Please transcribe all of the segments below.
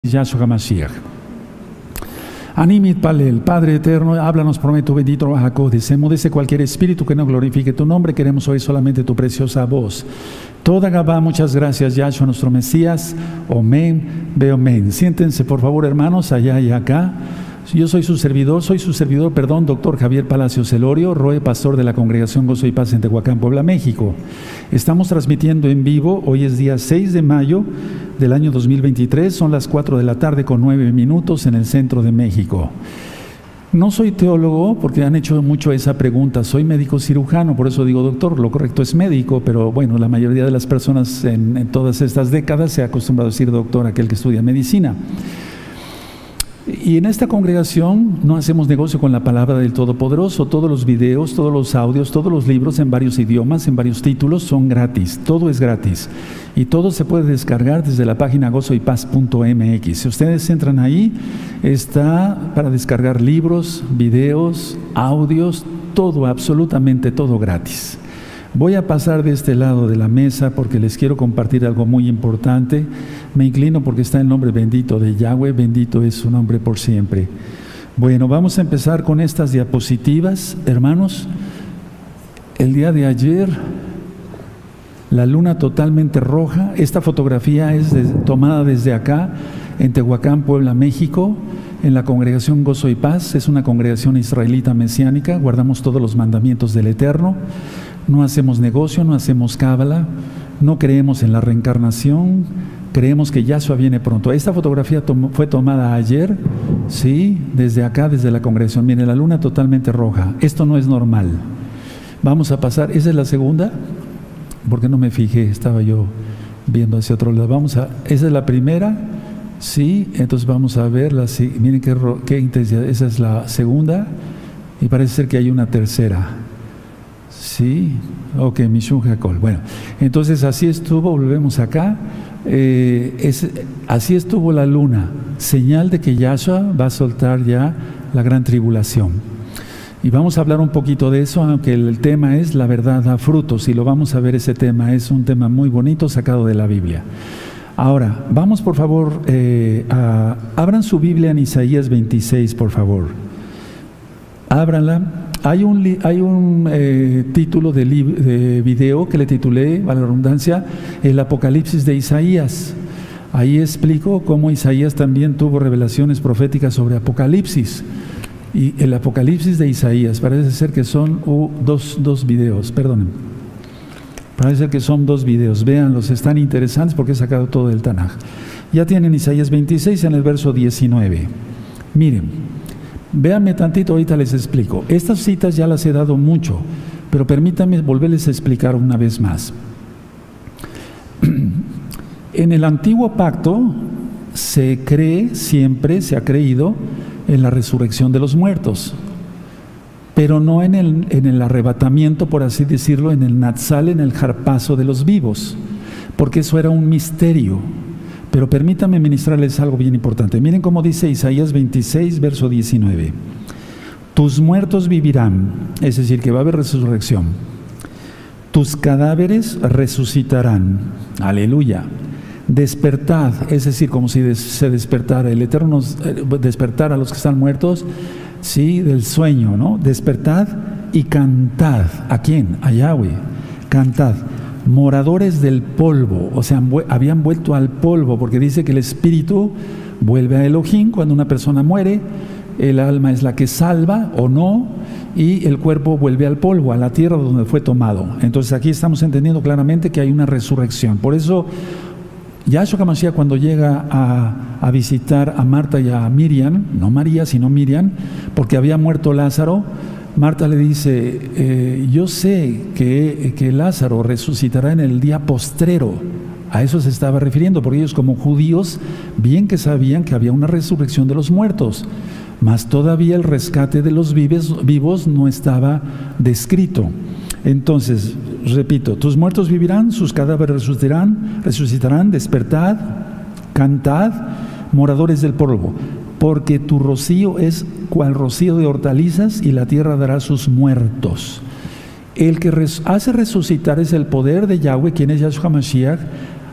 Yahshua HaMashiach. Animit Palel, Padre eterno, háblanos, prometo, bendito Jacob, desde cualquier espíritu que no glorifique tu nombre, queremos oír solamente tu preciosa voz. Toda Gabá, muchas gracias, Yahshua, nuestro Mesías. Omen, ve omen. Siéntense, por favor, hermanos, allá y acá. Yo soy su servidor, doctor Javier Palacios Elorio, Roe, pastor de la Congregación Gozo y Paz en Tehuacán, Puebla, México. Estamos transmitiendo en vivo, hoy es día 6 de mayo del año 2023, son las 4 de la tarde con 9 minutos en el centro de México. No soy teólogo, porque han hecho mucho esa pregunta, soy médico cirujano, por eso digo doctor, lo correcto es médico, pero bueno, la mayoría de las personas en todas estas décadas se ha acostumbrado a decir doctor aquel que estudia medicina. Y en esta congregación no hacemos negocio con la palabra del Todopoderoso. Todos los videos, todos los audios, todos los libros en varios idiomas, en varios títulos son gratis. Todo es gratis. Y todo se puede descargar desde la página gozoypaz.mx. Si ustedes entran ahí, está para descargar libros, videos, audios, todo, absolutamente todo gratis. Voy a pasar de este lado de la mesa porque les quiero compartir algo muy importante. Me inclino porque está el nombre bendito de Yahweh, bendito es su nombre por siempre. Bueno, vamos a empezar con estas diapositivas, hermanos. El día de ayer, la luna totalmente roja. Esta fotografía es tomada desde acá, en Tehuacán, Puebla, México, en la Congregación Gozo y Paz. Es una congregación israelita mesiánica, guardamos todos los mandamientos del Eterno. No hacemos negocio, no hacemos cábala, no creemos en la reencarnación, creemos que Yahshua viene pronto. Esta fotografía fue tomada ayer, sí, desde acá, desde la congregación. Miren, la luna totalmente roja. Esto no es normal. Vamos a pasar, ¿esa es la segunda? Porque no me fijé, estaba yo viendo hacia otro lado. esa es la primera, sí, entonces vamos a ver, miren qué intensidad. Esa es la segunda y parece ser que hay una tercera. Sí, ok, Mishun Hakol. Bueno, entonces así estuvo, volvemos acá. Así estuvo la luna, señal de que Yahshua va a soltar ya la gran tribulación. Y vamos a hablar un poquito de eso, aunque el tema es la verdad da frutos, y lo vamos a ver. Ese tema es un tema muy bonito sacado de la Biblia. Ahora, vamos por favor, abran su Biblia en Isaías 26, por favor. Ábranla. Hay un título de video que le titulé, a la redundancia, el Apocalipsis de Isaías. Ahí explico cómo Isaías también tuvo revelaciones proféticas sobre Apocalipsis. Y el Apocalipsis de Isaías, parece ser que son dos videos, perdonen. Parece ser que son dos videos, véanlos, están interesantes porque he sacado todo del Tanaj. Ya tienen Isaías 26 en el verso 19. Miren. Véanme tantito, ahorita les explico. Estas citas ya las he dado mucho, pero permítanme volverles a explicar una vez más. En el antiguo pacto se cree, siempre se ha creído en la resurrección de los muertos, pero no en el arrebatamiento, por así decirlo, en el natsal, en el jarpazo de los vivos, porque eso era un misterio. Pero permítanme ministrarles algo bien importante. Miren cómo dice Isaías 26, verso 19. Tus muertos vivirán, es decir, que va a haber resurrección. Tus cadáveres resucitarán. Aleluya. Despertad, es decir, como si se despertara. El Eterno despertara a los que están muertos, sí, del sueño, ¿no? Despertad y cantad. ¿A quién? A Yahweh. Cantad. Moradores del polvo, o sea, habían vuelto al polvo, porque dice que el espíritu vuelve a Elohim cuando una persona muere, el alma es la que salva o no, y el cuerpo vuelve al polvo, a la tierra donde fue tomado. Entonces aquí estamos entendiendo claramente que hay una resurrección. Por eso Yahshua HaMashiach, cuando llega a visitar a Marta y a Miriam, no María sino Miriam, porque había muerto Lázaro, Marta le dice, yo sé que Lázaro resucitará en el día postrero. A eso se estaba refiriendo, porque ellos como judíos bien que sabían que había una resurrección de los muertos, mas todavía el rescate de los vivos no estaba descrito. Entonces, repito, tus muertos vivirán, sus cadáveres resucitarán, despertad, cantad, moradores del polvo. Porque tu rocío es cual rocío de hortalizas y la tierra dará sus muertos. El que hace resucitar es el poder de Yahweh, quien es Yahshua HaMashiach,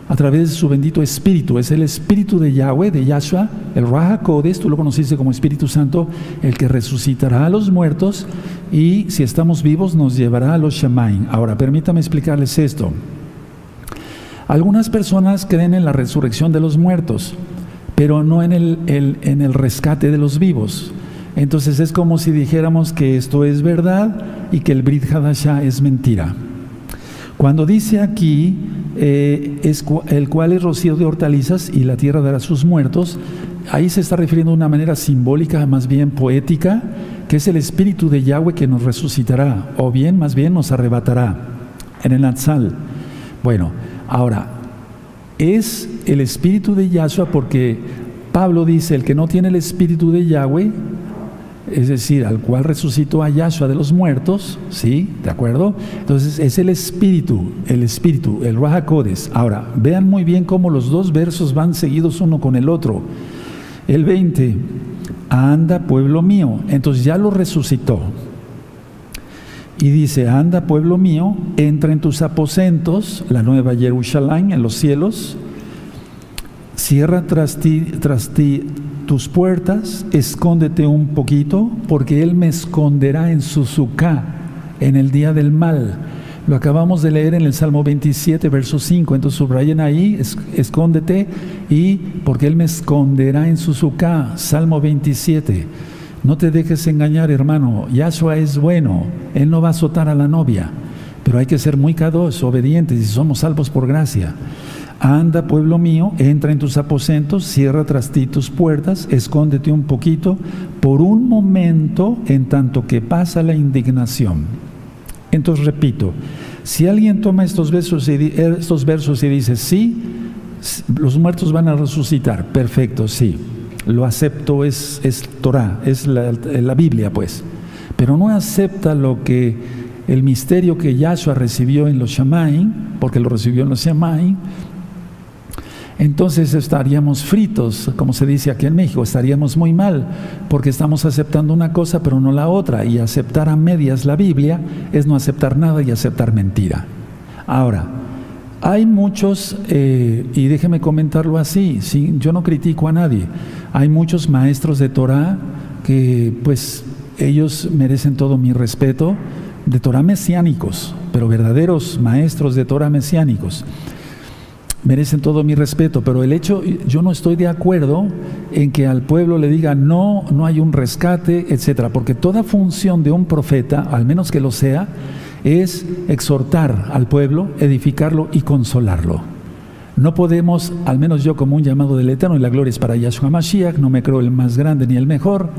a través de su bendito Espíritu. Es el Espíritu de Yahweh, de Yahshua, el Ruach HaKodesh, tú lo conociste como Espíritu Santo, el que resucitará a los muertos y si estamos vivos nos llevará a los Shamaim. Ahora, permítame explicarles esto. Algunas personas creen en la resurrección de los muertos, pero no en el rescate de los vivos. Entonces es como si dijéramos que esto es verdad y que el Brit Hadashah es mentira. Cuando dice aquí, el cual es rocío de hortalizas y la tierra dará sus muertos, ahí se está refiriendo de una manera simbólica, más bien poética, que es el Espíritu de Yahweh que nos resucitará, o bien, más bien, nos arrebatará en el Natsal. Bueno, ahora, es el Espíritu de Yahshua porque Pablo dice, el que no tiene el Espíritu de Yahweh, es decir, al cual resucitó a Yahshua de los muertos, ¿sí? ¿De acuerdo? Entonces es el Espíritu, el Ruach HaKodesh. Ahora, vean muy bien cómo los dos versos van seguidos uno con el otro. El 20, anda pueblo mío, entonces ya lo resucitó. Y dice, anda pueblo mío, entra en tus aposentos, la nueva Jerusalén en los cielos, cierra tras ti tus puertas, escóndete un poquito, porque Él me esconderá en su sucá, en el día del mal. Lo acabamos de leer en el Salmo 27, verso 5, entonces subrayen ahí, escóndete, y porque Él me esconderá en su sucá, Salmo 27. No te dejes engañar, hermano, Yahshua es bueno, Él no va a azotar a la novia, pero hay que ser muy kadosh, obedientes, y somos salvos por gracia. Anda, pueblo mío, entra en tus aposentos, cierra tras ti tus puertas, escóndete un poquito, por un momento, en tanto que pasa la indignación. Entonces repito, si alguien toma estos versos y dice, sí, los muertos van a resucitar, perfecto, sí, lo acepto, es Torah, es la Biblia pues, pero no acepta lo que el misterio que Yahshua recibió en los Shamaim, porque lo recibió en los Shamaim, entonces estaríamos fritos, como se dice aquí en México, estaríamos muy mal, porque estamos aceptando una cosa pero no la otra, y aceptar a medias la Biblia es no aceptar nada y aceptar mentira. Ahora, hay muchos, y déjeme comentarlo así, ¿sí? Yo no critico a nadie, hay muchos maestros de Torah que pues ellos merecen todo mi respeto, de Torah mesiánicos, pero verdaderos maestros de Torah mesiánicos. Merecen todo mi respeto, pero el hecho, yo no estoy de acuerdo en que al pueblo le diga no hay un rescate, etcétera, porque toda función de un profeta, al menos que lo sea, es exhortar al pueblo, edificarlo y consolarlo. No podemos, al menos yo como un llamado del Eterno, y la gloria es para Yahshua Mashiach, no me creo el más grande ni el mejor,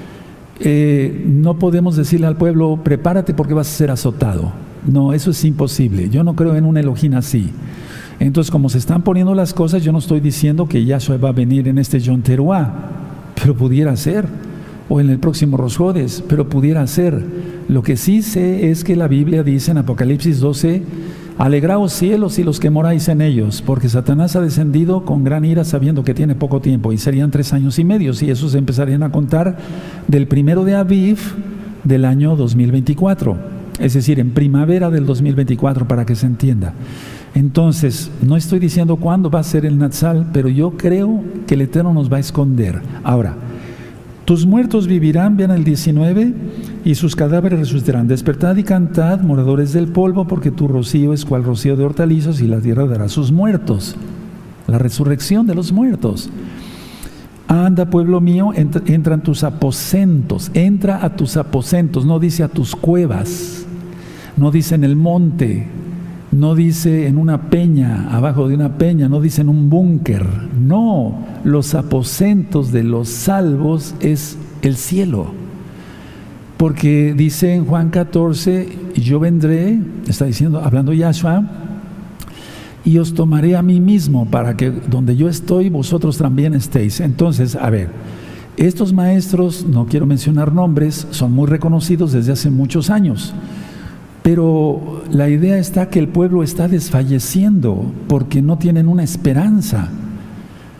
no podemos decirle al pueblo, prepárate porque vas a ser azotado. No, eso es imposible, yo no creo en un Elohim así. Entonces, como se están poniendo las cosas, yo no estoy diciendo que Yahshua va a venir en este Yom Teruah, pero pudiera ser, o en el próximo Rosh Hodesh, pero pudiera ser. Lo que sí sé es que la Biblia dice en Apocalipsis 12, alegraos cielos y los que moráis en ellos, porque Satanás ha descendido con gran ira sabiendo que tiene poco tiempo, y serían 3 años y medio, y esos se empezarían a contar del 1 de Aviv del año 2024, es decir, en primavera del 2024, para que se entienda. Entonces, no estoy diciendo cuándo va a ser el Natsal, pero yo creo que el Eterno nos va a esconder. Ahora, tus muertos vivirán, vean el 19, y sus cadáveres resucitarán. Despertad y cantad, moradores del polvo, porque tu rocío es cual rocío de hortalizas, y la tierra dará sus muertos. La resurrección de los muertos. Anda, pueblo mío, entra en tus aposentos, entra a tus aposentos, no dice a tus cuevas, no dice en el monte, no dice en una peña, abajo de una peña, no dice en un búnker, no, los aposentos de los salvos es el cielo, porque dice en Juan 14, yo vendré, está diciendo, hablando Yahshua, y os tomaré a mí mismo para que donde yo estoy vosotros también estéis. Entonces, a ver, estos maestros, no quiero mencionar nombres, son muy reconocidos desde hace muchos años, pero la idea está que el pueblo está desfalleciendo porque no tienen una esperanza.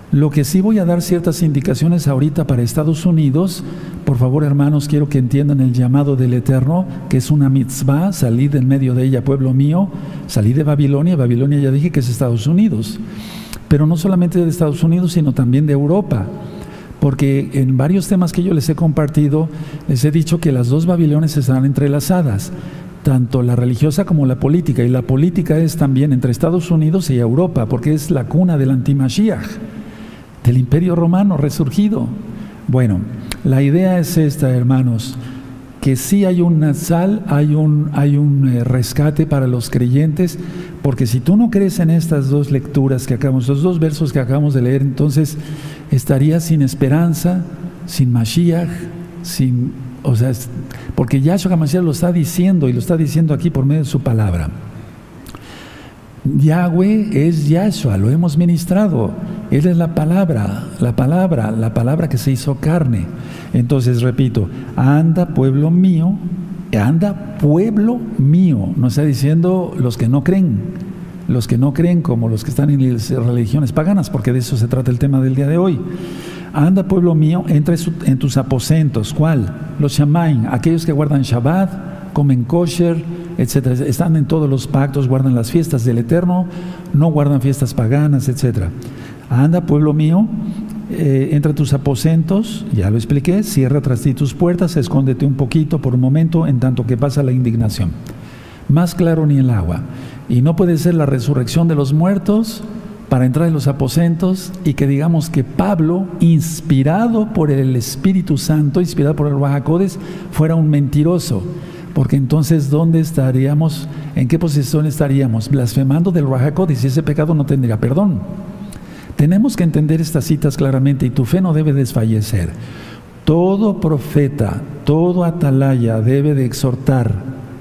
Lo que sí voy a dar ciertas indicaciones ahorita para Estados Unidos. Por favor, hermanos, quiero que entiendan el llamado del Eterno, que es una mitzvah, salid en medio de ella, pueblo mío. Salí de Babilonia. Babilonia ya dije que es Estados Unidos. Pero no solamente de Estados Unidos, sino también de Europa. Porque en varios temas que yo les he compartido, les he dicho que las dos Babilonias están entrelazadas, tanto la religiosa como la política. Y la política es también entre Estados Unidos y Europa, porque es la cuna del anti-Mashiach, del Imperio Romano resurgido. Bueno, la idea es esta, hermanos, que sí hay un nazal, hay un rescate para los creyentes, porque si tú no crees en estas dos lecturas que acabamos, los dos versos que acabamos de leer, entonces estarías sin esperanza, sin Mashiach, porque Yahshua HaMashiach lo está diciendo, y lo está diciendo aquí por medio de su palabra. Yahweh es Yahshua, lo hemos ministrado. Él es la palabra que se hizo carne. Entonces, repito, anda pueblo mío, no está diciendo los que no creen como los que están en las religiones paganas, porque de eso se trata el tema del día de hoy. Anda pueblo mío, entra en tus aposentos. ¿Cuál? Los Shamaim, aquellos que guardan Shabbat, comen kosher, etcétera, están en todos los pactos, guardan las fiestas del Eterno, no guardan fiestas paganas, etcétera. Anda, pueblo mío, entra a tus aposentos, ya lo expliqué, cierra tras ti tus puertas, escóndete un poquito por un momento, en tanto que pasa la indignación. Más claro ni el agua. Y no puede ser la resurrección de los muertos para entrar en los aposentos y que digamos que Pablo, inspirado por el Espíritu Santo, inspirado por el Ruach HaKodesh, fuera un mentiroso. Porque entonces, ¿dónde estaríamos? ¿En qué posición estaríamos? Blasfemando del Ruach HaKodesh, y ese pecado no tendría perdón. Tenemos que entender estas citas claramente, y tu fe no debe desfallecer. Todo profeta, todo atalaya debe de exhortar,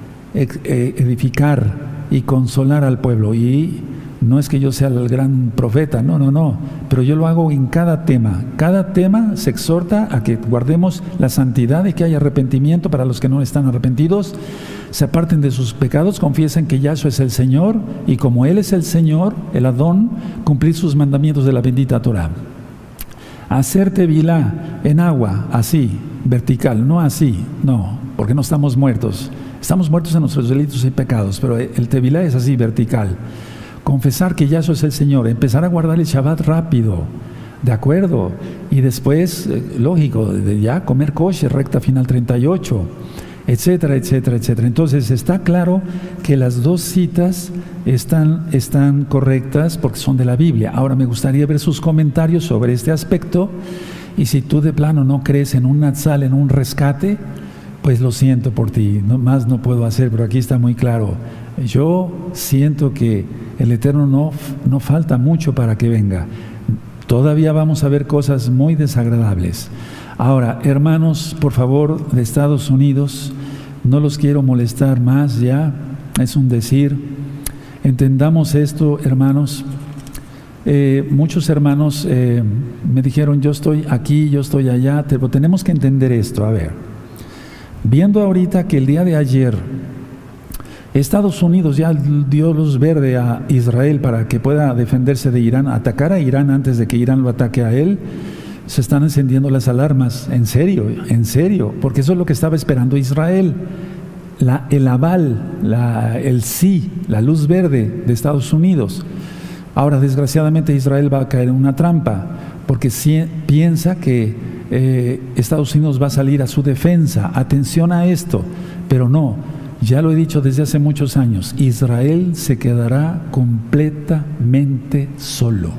edificar y consolar al pueblo. Y no es que yo sea el gran profeta, no, pero yo lo hago en cada tema. Cada tema se exhorta a que guardemos la santidad y que haya arrepentimiento para los que no están arrepentidos, se aparten de sus pecados, confiesen que Yahshua es el Señor, y como Él es el Señor, el Adón, cumplir sus mandamientos de la bendita Torah. Hacer tevilá en agua, así, vertical, no así, no, porque no estamos muertos. Estamos muertos en nuestros delitos y pecados, pero el tevilá es así, vertical. Confesar que Yahshua es el Señor, empezar a guardar el Shabbat rápido, ¿de acuerdo? Y después, lógico, ya comer kosher, recta final 38, etcétera, etcétera, etcétera. Entonces está claro que las dos citas están correctas porque son de la Biblia. Ahora me gustaría ver sus comentarios sobre este aspecto, y si tú de plano no crees en un natsal, en un rescate, pues lo siento por ti, más no puedo hacer, pero aquí está muy claro. Yo siento que el Eterno no falta mucho para que venga. Todavía vamos a ver cosas muy desagradables. Ahora, hermanos, por favor, de Estados Unidos, no los quiero molestar más ya, es un decir. Entendamos esto, hermanos. Muchos hermanos me dijeron, yo estoy aquí, yo estoy allá, pero tenemos que entender esto. A ver, viendo ahorita que el día de ayer Estados Unidos ya dio luz verde a Israel para que pueda defenderse de Irán, atacar a Irán antes de que Irán lo ataque a él, se están encendiendo las alarmas, en serio, porque eso es lo que estaba esperando Israel, el aval, el sí, la luz verde de Estados Unidos. Ahora, desgraciadamente, Israel va a caer en una trampa, porque piensa que Estados Unidos va a salir a su defensa. Atención a esto, pero no. Ya lo he dicho desde hace muchos años, Israel se quedará completamente solo,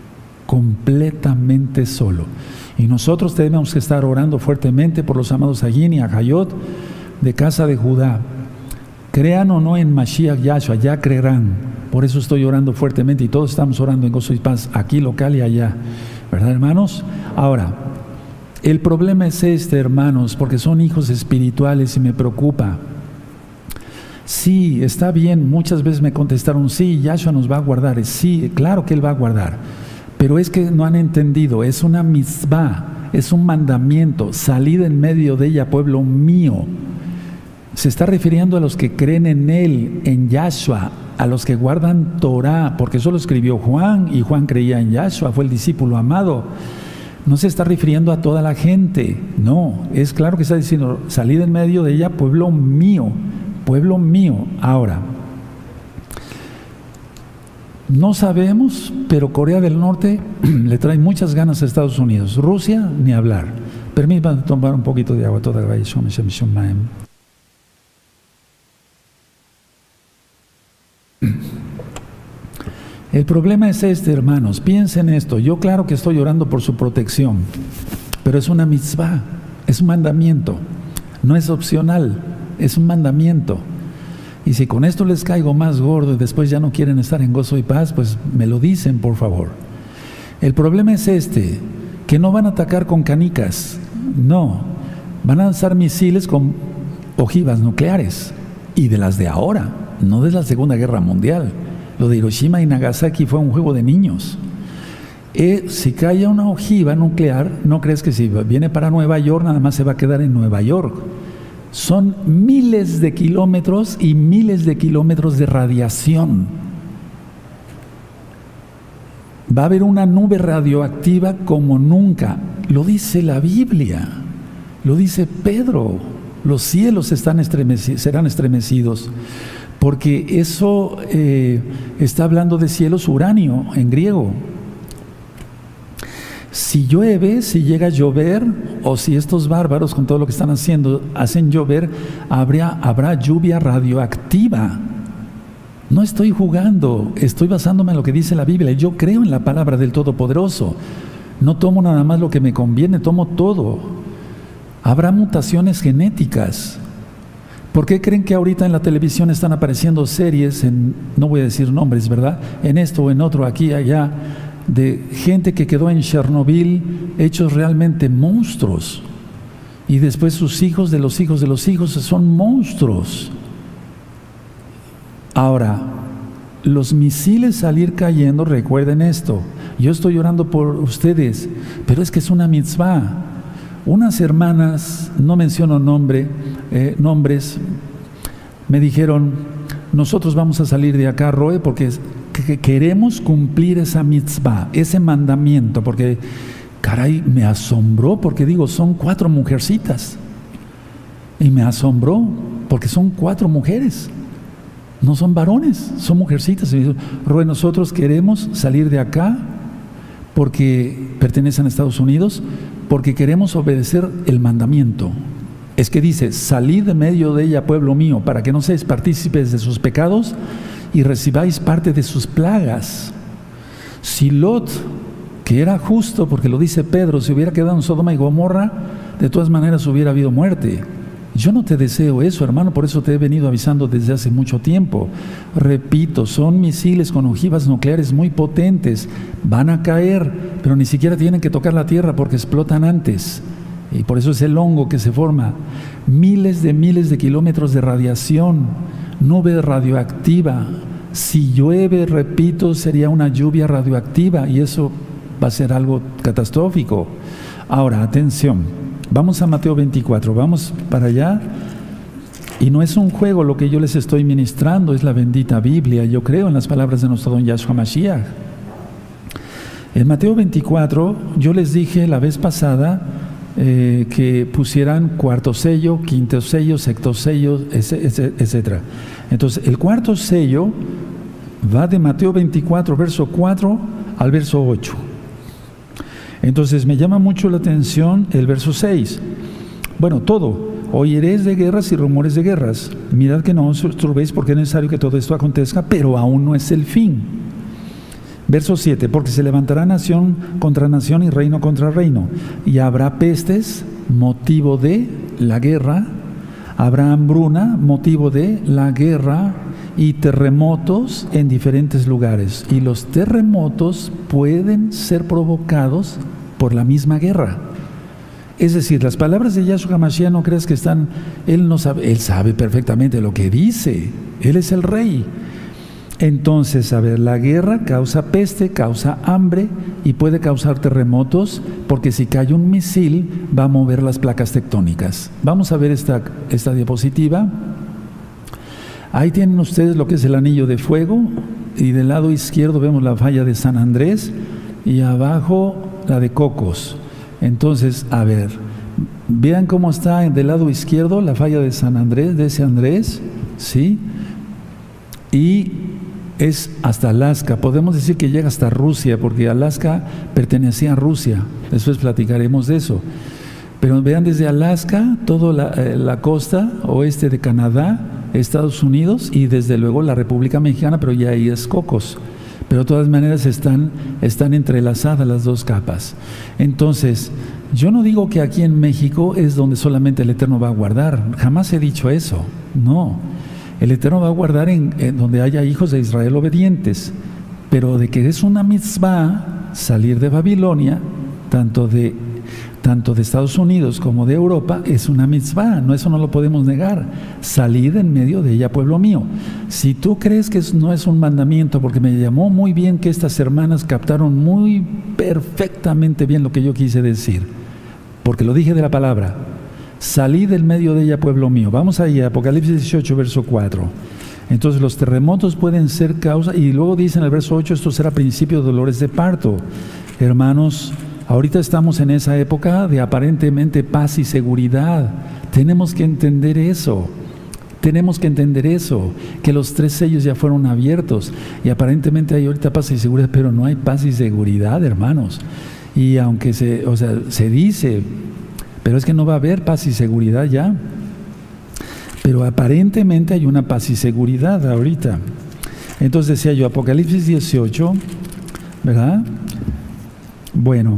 y nosotros tenemos que estar orando fuertemente por los amados Agin y Ahayot de casa de Judá. Crean o no en Mashiach Yahshua, ya creerán. Por eso estoy orando fuertemente, y todos estamos orando en gozo y paz, aquí local y allá, ¿verdad, hermanos? Ahora, el problema es este, hermanos, porque son hijos espirituales y me preocupa. Sí, está bien, muchas veces me contestaron, sí, Yahshua nos va a guardar, sí, claro que Él va a guardar, pero es que no han entendido, es una mitzvah, es un mandamiento, salid en medio de ella, pueblo mío. Se está refiriendo a los que creen en Él, en Yahshua, a los que guardan Torah, porque eso lo escribió Juan, y Juan creía en Yahshua, fue el discípulo amado. No se está refiriendo a toda la gente, no, es claro que está diciendo, salid en medio de ella, pueblo mío, pueblo mío. Ahora, no sabemos, pero Corea del Norte le trae muchas ganas a Estados Unidos. Rusia, ni hablar. Permítanme tomar un poquito de agua toda la vez. El problema es este, hermanos, piensen esto. Yo claro que estoy orando por su protección, pero es una mitzvah, es un mandamiento, no es opcional, es un mandamiento. Y si con esto les caigo más gordo y después ya no quieren estar en gozo y paz, pues me lo dicen, por favor. El problema es este, que no van a atacar con canicas, no, van a lanzar misiles con ojivas nucleares, y de las de ahora, no de la Segunda Guerra Mundial. Lo de Hiroshima y Nagasaki fue un juego de niños. Si cae una ojiva nuclear, no crees que si viene para Nueva York nada más se va a quedar en Nueva York. Son miles de kilómetros y miles de kilómetros de radiación. Va a haber una nube radioactiva como nunca. Lo dice la Biblia, lo dice Pedro. Los cielos serán estremecidos. Porque eso está hablando de cielos, uranio en griego. Si llueve, si llega a llover, o si estos bárbaros con todo lo que están haciendo hacen llover, habrá lluvia radioactiva. No estoy jugando, estoy basándome en lo que dice la Biblia. Yo creo en la palabra del Todopoderoso. No tomo nada más lo que me conviene, tomo todo. Habrá mutaciones genéticas. ¿Por qué creen que ahorita en la televisión están apareciendo series, no voy a decir nombres, ¿verdad? En esto o en otro, aquí, allá, de gente que quedó en Chernobyl, hechos realmente monstruos? Y después sus hijos de los hijos de los hijos son monstruos. Ahora, los misiles al ir cayendo, recuerden esto, yo estoy orando por ustedes, pero es que es una mitzvah. Unas hermanas, no menciono nombres, me dijeron, nosotros vamos a salir de acá, Roe, porque queremos cumplir esa mitzvah, ese mandamiento, porque, caray, me asombró, porque digo, son 4 mujercitas, y me asombró, porque son 4 mujeres, no son varones, son mujercitas. Y me dijo, Roe, nosotros queremos salir de acá, porque pertenecen a Estados Unidos, porque queremos obedecer el mandamiento. Es que dice, salid de medio de ella, pueblo mío, para que no seáis partícipes de sus pecados y recibáis parte de sus plagas. Si Lot, que era justo, porque lo dice Pedro, si hubiera quedado en Sodoma y Gomorra, de todas maneras hubiera habido muerte. Yo no te deseo eso, hermano, por eso te he venido avisando desde hace mucho tiempo. Repito, son misiles con ojivas nucleares muy potentes, van a caer, pero ni siquiera tienen que tocar la tierra porque explotan antes. Y por eso es el hongo que se forma. Miles de kilómetros de radiación, nube radioactiva. Si llueve, repito, sería una lluvia radioactiva y eso va a ser algo catastrófico. Ahora, atención. Vamos a Mateo 24, vamos para allá. Y no es un juego lo que yo les estoy ministrando, es la bendita Biblia. Yo creo en las palabras de nuestro don Yahshua Mashiach. En Mateo 24, yo les dije la vez pasada que pusieran cuarto sello, quinto sello, sexto sello, etc. Entonces, el cuarto sello va de Mateo 24, verso 4 al verso 8. Entonces me llama mucho la atención el verso 6. Bueno, todo. Oiréis de guerras y rumores de guerras. Mirad que no os turbéis porque es necesario que todo esto acontezca, pero aún no es el fin. Verso 7. Porque se levantará nación contra nación y reino contra reino. Y habrá pestes, motivo de la guerra. Habrá hambruna, motivo de la guerra. Y terremotos en diferentes lugares. Y los terremotos pueden ser provocados por la misma guerra. Es decir, las palabras de Yahshua Mashiach no crees que están, Él no sabe, Él sabe perfectamente lo que dice, Él es el Rey. Entonces, a ver, la guerra causa peste, causa hambre y puede causar terremotos, porque si cae un misil va a mover las placas tectónicas. Vamos a ver esta diapositiva. Ahí tienen ustedes lo que es el anillo de fuego, y del lado izquierdo vemos la falla de San Andrés, y abajo la de Cocos. Entonces, a ver, vean cómo está del lado izquierdo la falla de San Andrés, de ese Andrés, ¿sí? Y es hasta Alaska. Podemos decir que llega hasta Rusia, porque Alaska pertenecía a Rusia. Después platicaremos de eso. Pero vean desde Alaska, toda la costa oeste de Canadá, Estados Unidos, y desde luego la República Mexicana, pero ya ahí es Cocos. Pero de todas maneras están entrelazadas las dos capas. Entonces, yo no digo que aquí en México es donde solamente el Eterno va a guardar. Jamás he dicho eso. No. El Eterno va a guardar en donde haya hijos de Israel obedientes. Pero de que es una mitzvah salir de Babilonia, tanto de Estados Unidos como de Europa, es una mitzvah, no, eso no lo podemos negar. Salid en medio de ella, pueblo mío. Si tú crees que no es un mandamiento, porque me llamó muy bien que estas hermanas captaron muy perfectamente bien lo que yo quise decir, porque lo dije de la palabra. Salid en medio de ella, pueblo mío. Vamos ahí, Apocalipsis 18, verso 4. Entonces los terremotos pueden ser causa, y luego dice en el verso 8, esto será principio de dolores de parto. Hermanos, ahorita estamos en esa época de aparentemente paz y seguridad. Tenemos que entender eso. Tenemos que entender eso, que los 3 sellos ya fueron abiertos y aparentemente hay ahorita paz y seguridad, pero no hay paz y seguridad, hermanos. Y aunque se dice, pero es que no va a haber paz y seguridad ya. Pero aparentemente hay una paz y seguridad ahorita. Entonces decía yo, Apocalipsis 18, ¿verdad? Bueno,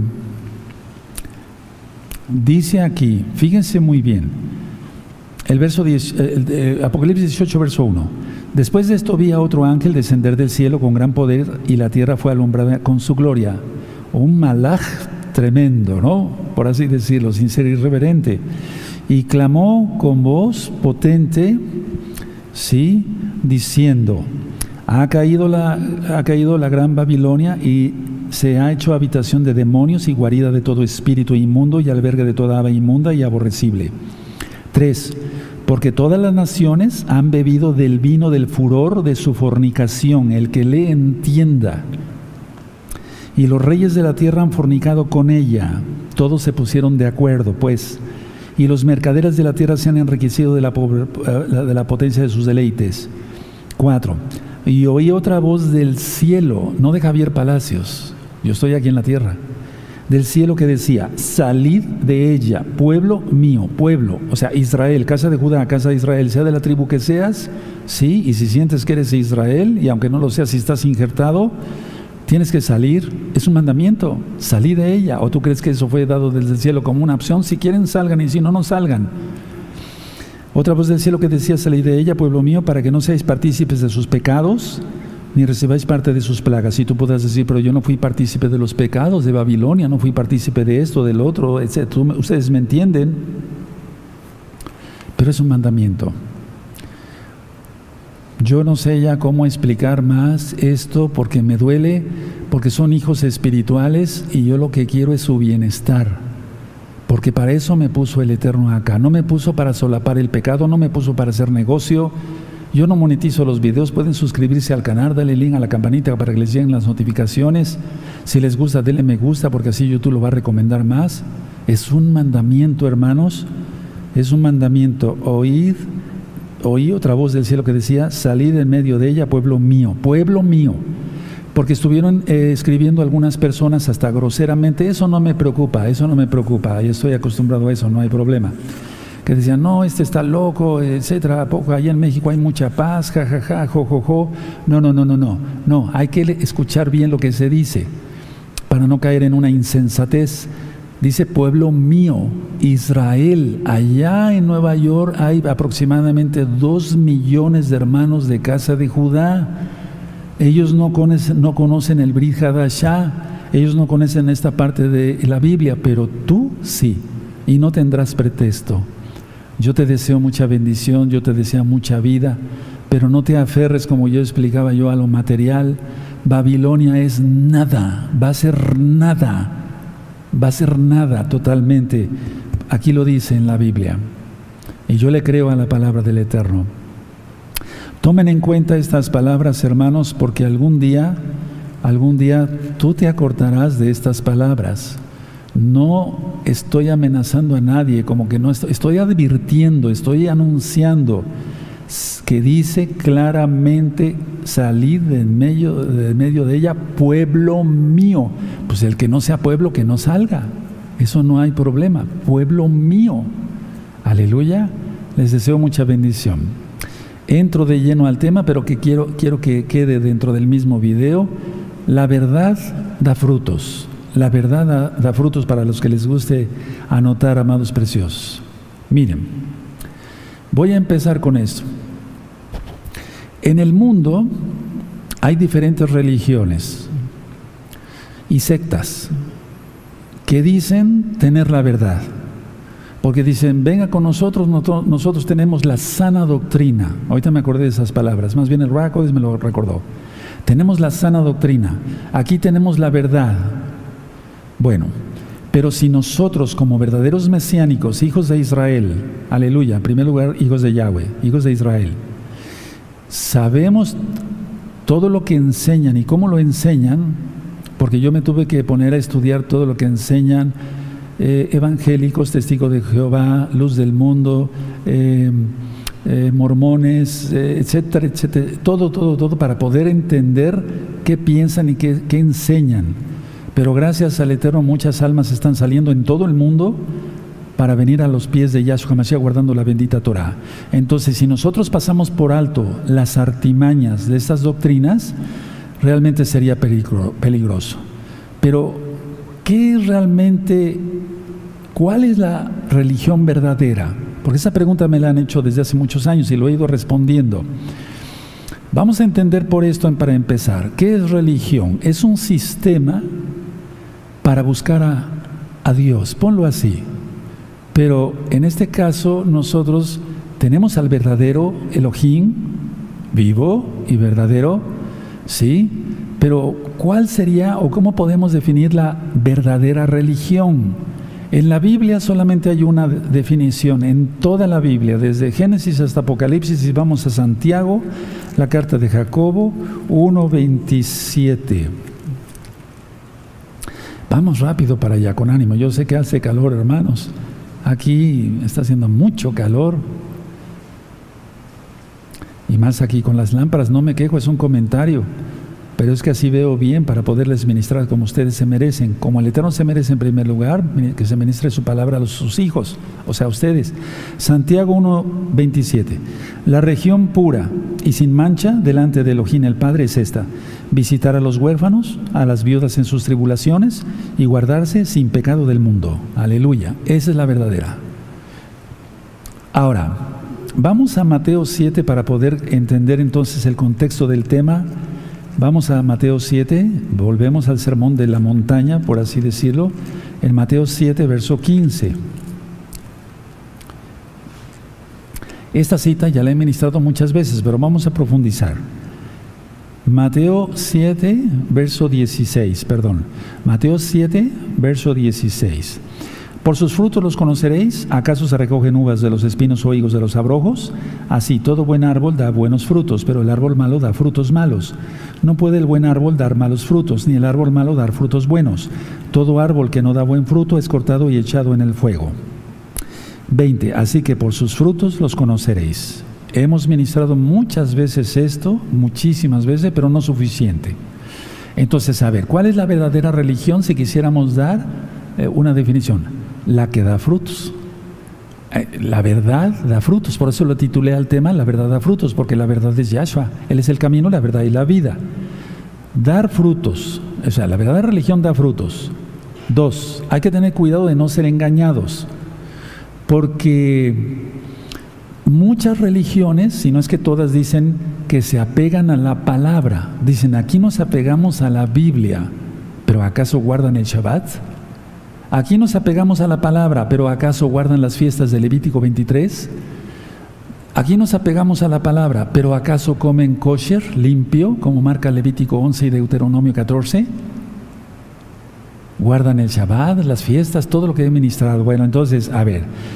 dice aquí, fíjense muy bien, el verso 10, Apocalipsis 18, verso 1. Después de esto vi a otro ángel descender del cielo con gran poder, y la tierra fue alumbrada con su gloria. Un malaj tremendo, ¿no? Por así decirlo, sin ser irreverente. Y clamó con voz potente, ¿sí? Diciendo: ha caído la gran Babilonia, y se ha hecho habitación de demonios y guarida de todo espíritu inmundo y albergue de toda ave inmunda y aborrecible. 3. Porque todas las naciones han bebido del vino del furor de su fornicación, el que le entienda. Y los reyes de la tierra han fornicado con ella. Todos se pusieron de acuerdo, pues. Y los mercaderes de la tierra se han enriquecido de la potencia de sus deleites. 4. Y oí otra voz del cielo, no de Javier Palacios, yo estoy aquí en la tierra, del cielo, que decía: salid de ella, pueblo mío, pueblo, o sea, Israel, casa de Judá, casa de Israel, sea de la tribu que seas, sí, y si sientes que eres de Israel, y aunque no lo seas, si estás injertado, tienes que salir, es un mandamiento, salid de ella. ¿O tú crees que eso fue dado desde el cielo como una opción? Si quieren salgan, y si no, no salgan. Otra voz del cielo que decía: salid de ella, pueblo mío, para que no seáis partícipes de sus pecados, ni recibáis parte de sus plagas. Y tú podrás decir: pero yo no fui partícipe de los pecados de Babilonia, no fui partícipe de esto, del otro, etc. Ustedes me entienden, pero es un mandamiento. Yo no sé ya cómo explicar más esto, porque me duele, porque son hijos espirituales y yo lo que quiero es su bienestar. Porque para eso me puso el Eterno acá. No me puso para solapar el pecado, no me puso para hacer negocio. Yo no monetizo los videos. Pueden suscribirse al canal, darle link a la campanita para que les lleguen las notificaciones. Si les gusta, denle me gusta, porque así YouTube lo va a recomendar más. Es un mandamiento, hermanos. Es un mandamiento. Oí otra voz del cielo que decía: salid en medio de ella, pueblo mío, pueblo mío. Porque estuvieron escribiendo algunas personas hasta groseramente. Eso no me preocupa, yo estoy acostumbrado a eso, no hay problema. Que decían: no, este está loco, etcétera, poco allá en México hay mucha paz, jajaja, jojojo. No, hay que escuchar bien lo que se dice para no caer en una insensatez. Dice: pueblo mío, Israel. Allá en Nueva York hay aproximadamente 2 millones de hermanos de casa de Judá. Ellos no conocen el Brit Hadashah, ellos no conocen esta parte de la Biblia, pero tú sí, y no tendrás pretexto. Yo te deseo mucha bendición, yo te deseo mucha vida, pero no te aferres, como yo explicaba yo, a lo material. Babilonia es nada, va a ser nada totalmente. Aquí lo dice en la Biblia, y yo le creo a la palabra del Eterno. Tomen en cuenta estas palabras, hermanos, porque algún día tú te acordarás de estas palabras. No estoy amenazando a nadie, como que no estoy advirtiendo, estoy anunciando que dice claramente: salid de medio de ella, pueblo mío. Pues el que no sea pueblo, que no salga. Eso no hay problema. Pueblo mío. Aleluya. Les deseo mucha bendición. Entro de lleno al tema, pero que quiero que quede dentro del mismo video. La verdad da frutos. La verdad da frutos para los que les guste anotar, amados preciosos. Miren, voy a empezar con esto. En el mundo hay diferentes religiones y sectas que dicen tener la verdad. Porque dicen: venga con nosotros, nosotros tenemos la sana doctrina. Ahorita me acordé de esas palabras, más bien el Racodes me lo recordó. Tenemos la sana doctrina, aquí tenemos la verdad. Bueno, pero si nosotros como verdaderos mesiánicos, hijos de Israel, aleluya, en primer lugar hijos de Yahweh, hijos de Israel, sabemos todo lo que enseñan y cómo lo enseñan, porque yo me tuve que poner a estudiar todo lo que enseñan evangélicos, testigos de Jehová, luz del mundo, mormones, etcétera, etcétera, todo para poder entender qué piensan y qué enseñan. Pero gracias al Eterno muchas almas están saliendo en todo el mundo para venir a los pies de Yahshua HaMashiach guardando la bendita Torah. Entonces, si nosotros pasamos por alto las artimañas de estas doctrinas, realmente sería peligroso. Pero, ¿qué es realmente, cuál es la religión verdadera? Porque esa pregunta me la han hecho desde hace muchos años y lo he ido respondiendo. Vamos a entender por esto para empezar. ¿Qué es religión? Es un sistema para buscar a Dios, ponlo así. Pero en este caso nosotros tenemos al verdadero Elohim, vivo y verdadero, ¿sí? Pero ¿cuál sería o cómo podemos definir la verdadera religión? En la Biblia solamente hay una definición, en toda la Biblia, desde Génesis hasta Apocalipsis, y vamos a Santiago, la carta de Jacobo 1:27. Vamos rápido para allá, con ánimo. Yo sé que hace calor, hermanos. Aquí está haciendo mucho calor. Y más aquí con las lámparas, no me quejo, es un comentario. Pero es que así veo bien para poderles ministrar como ustedes se merecen. Como el Eterno se merece en primer lugar, que se ministre su palabra a sus hijos, o sea, a ustedes. Santiago 1:27. La región pura y sin mancha delante de Elohim el Padre es esta: visitar a los huérfanos, a las viudas en sus tribulaciones y guardarse sin pecado del mundo. Aleluya. Esa es la verdadera. Ahora, vamos a Mateo 7 para poder entender entonces el contexto del tema. Vamos a Mateo 7, volvemos al sermón de la montaña, por así decirlo, en Mateo 7, verso 15. Esta cita ya la he ministrado muchas veces, pero vamos a profundizar. Mateo 7, verso 16, Mateo 7, verso 16. ¿Por sus frutos los conoceréis? ¿Acaso se recogen uvas de los espinos o higos de los abrojos? Así, todo buen árbol da buenos frutos, pero el árbol malo da frutos malos. No puede el buen árbol dar malos frutos, ni el árbol malo dar frutos buenos. Todo árbol que no da buen fruto es cortado y echado en el fuego. 20. Así que por sus frutos los conoceréis. Hemos ministrado muchas veces esto, muchísimas veces, pero no suficiente. Entonces, a ver, ¿cuál es la verdadera religión si quisiéramos dar una definición? La que da frutos. La verdad da frutos, por eso lo titulé al tema La verdad da frutos, porque la verdad es Yahshua, Él es el camino, la verdad y la vida. Dar frutos, o sea, la verdadera religión da frutos. 2, hay que tener cuidado de no ser engañados, porque muchas religiones, si no es que todas, dicen que se apegan a la palabra. Dicen, aquí nos apegamos a la Biblia, pero ¿acaso guardan el Shabbat? Aquí nos apegamos a la palabra, pero ¿acaso guardan las fiestas de Levítico 23? Aquí nos apegamos a la palabra, pero ¿acaso comen kosher, limpio, como marca Levítico 11 y Deuteronomio 14? ¿Guardan el Shabbat, las fiestas, todo lo que he ministrado? Bueno, entonces, a ver,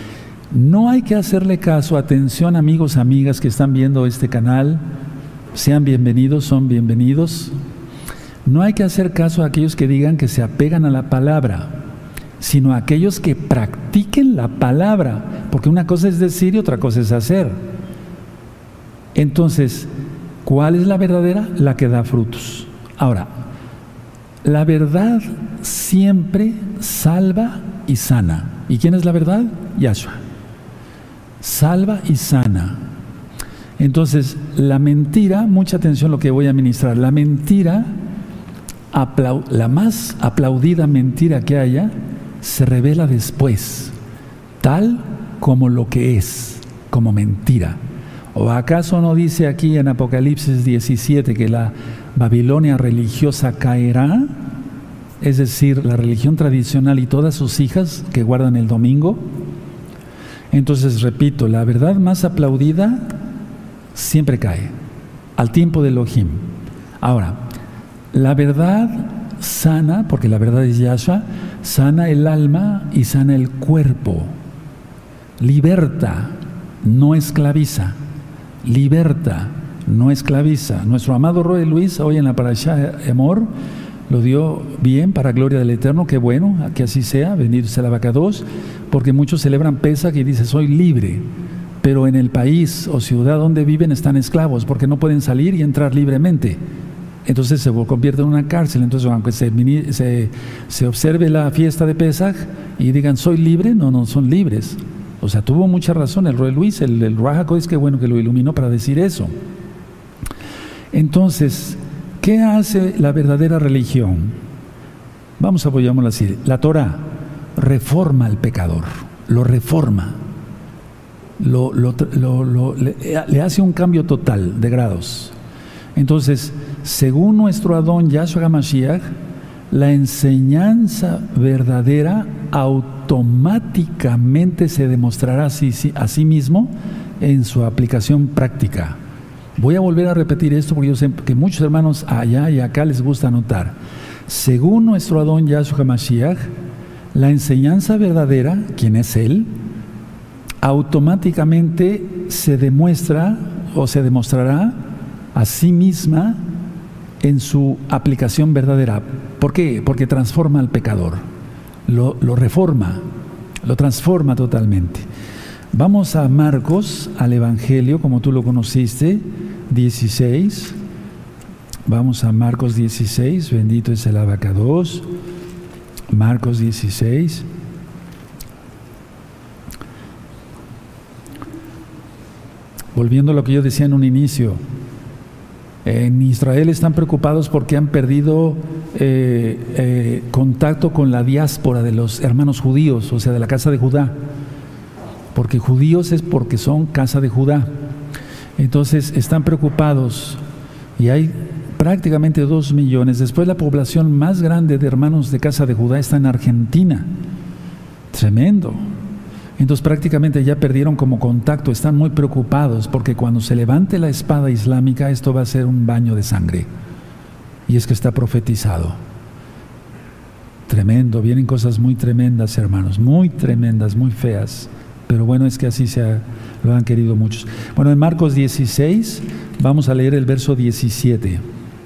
No hay que hacerle caso, atención amigos, amigas que están viendo este canal, sean bienvenidos, son bienvenidos. No hay que hacer caso a aquellos que digan que se apegan a la palabra, sino a aquellos que practiquen la palabra, porque una cosa es decir y otra cosa es hacer. Entonces, ¿cuál es la verdadera? La que da frutos. Ahora, la verdad siempre salva y sana. ¿Y quién es la verdad? Yahshua. Salva y sana. Entonces, la mentira, mucha atención a lo que voy a ministrar, la mentira, la más aplaudida mentira que haya, se revela después, tal como lo que es, como mentira. ¿O acaso no dice aquí en Apocalipsis 17 que la Babilonia religiosa caerá? Es decir, la religión tradicional y todas sus hijas que guardan el domingo. Entonces, repito, la verdad más aplaudida siempre cae, al tiempo de Elohim. Ahora, la verdad sana, porque la verdad es Yahshua, sana el alma y sana el cuerpo. Liberta, no esclaviza. Liberta, no esclaviza. Nuestro amado Roe Luis, hoy en la Parashá Emor, lo dio bien para gloria del Eterno. Qué bueno, que así sea, bendito sea el Abacados, porque muchos celebran Pesach y dicen soy libre, pero en el país o ciudad donde viven están esclavos porque no pueden salir y entrar libremente. Entonces se convierte en una cárcel. Entonces, aunque se observe la fiesta de Pesach y digan soy libre, no son libres. O sea, tuvo mucha razón el Roe Luis, el Rahaco, es que bueno que lo iluminó para decir eso. Entonces, ¿qué hace la verdadera religión? Vamos a apoyarlo así. La Torah reforma al pecador, lo reforma, le hace un cambio total de grados. Entonces, según nuestro Adón Yahshua HaMashiach, la enseñanza verdadera automáticamente se demostrará a sí mismo en su aplicación práctica. Voy a volver a repetir esto porque yo sé que muchos hermanos allá y acá les gusta anotar. Según nuestro Adón Yahshua HaMashiach, la enseñanza verdadera, ¿quién es Él?, automáticamente se demuestra o se demostrará a sí misma en su aplicación verdadera. ¿Por qué? Porque transforma al pecador, lo reforma, lo transforma totalmente. Vamos a Marcos, al Evangelio, como tú lo conociste, 16. Vamos a Marcos 16, bendito es el Abacados. Marcos 16. Volviendo a lo que yo decía en un inicio, en Israel están preocupados porque han perdido contacto con la diáspora de los hermanos judíos, o sea, de la casa de Judá. Porque judíos es porque son casa de Judá. Entonces están preocupados y hay prácticamente 2 millones. Después la población más grande de hermanos de casa de Judá está en Argentina. Tremendo. Entonces prácticamente ya perdieron como contacto, están muy preocupados porque cuando se levante la espada islámica esto va a ser un baño de sangre. Y es que está profetizado. Tremendo, vienen cosas muy tremendas, hermanos, muy tremendas, muy feas. Pero bueno, es que así lo han querido muchos. Bueno, en Marcos 16 vamos a leer el verso 17.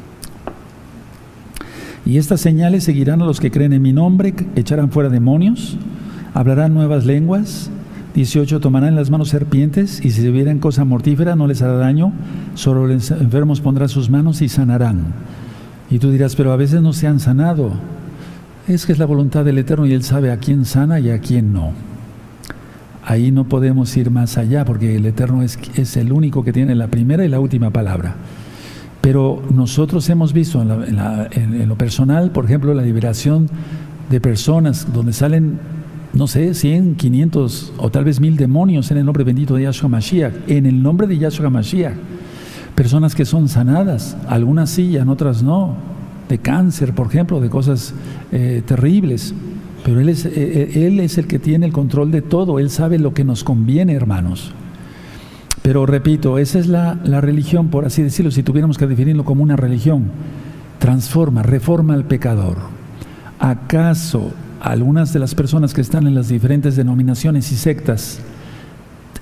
Y estas señales seguirán a los que creen en mi nombre, echarán fuera demonios, hablarán nuevas lenguas. 18, tomarán en las manos serpientes y si se vieran cosa mortífera no les hará daño, sobre los enfermos pondrán sus manos y sanarán. Y tú dirás, pero a veces no se han sanado. Es que es la voluntad del Eterno y Él sabe a quién sana y a quién no. Ahí no podemos ir más allá porque el Eterno es el único que tiene la primera y la última palabra. Pero nosotros hemos visto en lo personal, por ejemplo, la liberación de personas donde salen, no sé, 100, 500 o tal vez 1000 demonios en el nombre bendito de Yahshua Mashiach, en el nombre de Yahshua Mashiach. Personas que son sanadas, algunas sí, en otras no, de cáncer, por ejemplo, de cosas terribles. Pero Él es el que tiene el control de todo, Él sabe lo que nos conviene, hermanos. Pero repito, esa es la religión, por así decirlo, si tuviéramos que definirlo como una religión. Transforma, reforma al pecador. ¿Acaso algunas de las personas que están en las diferentes denominaciones y sectas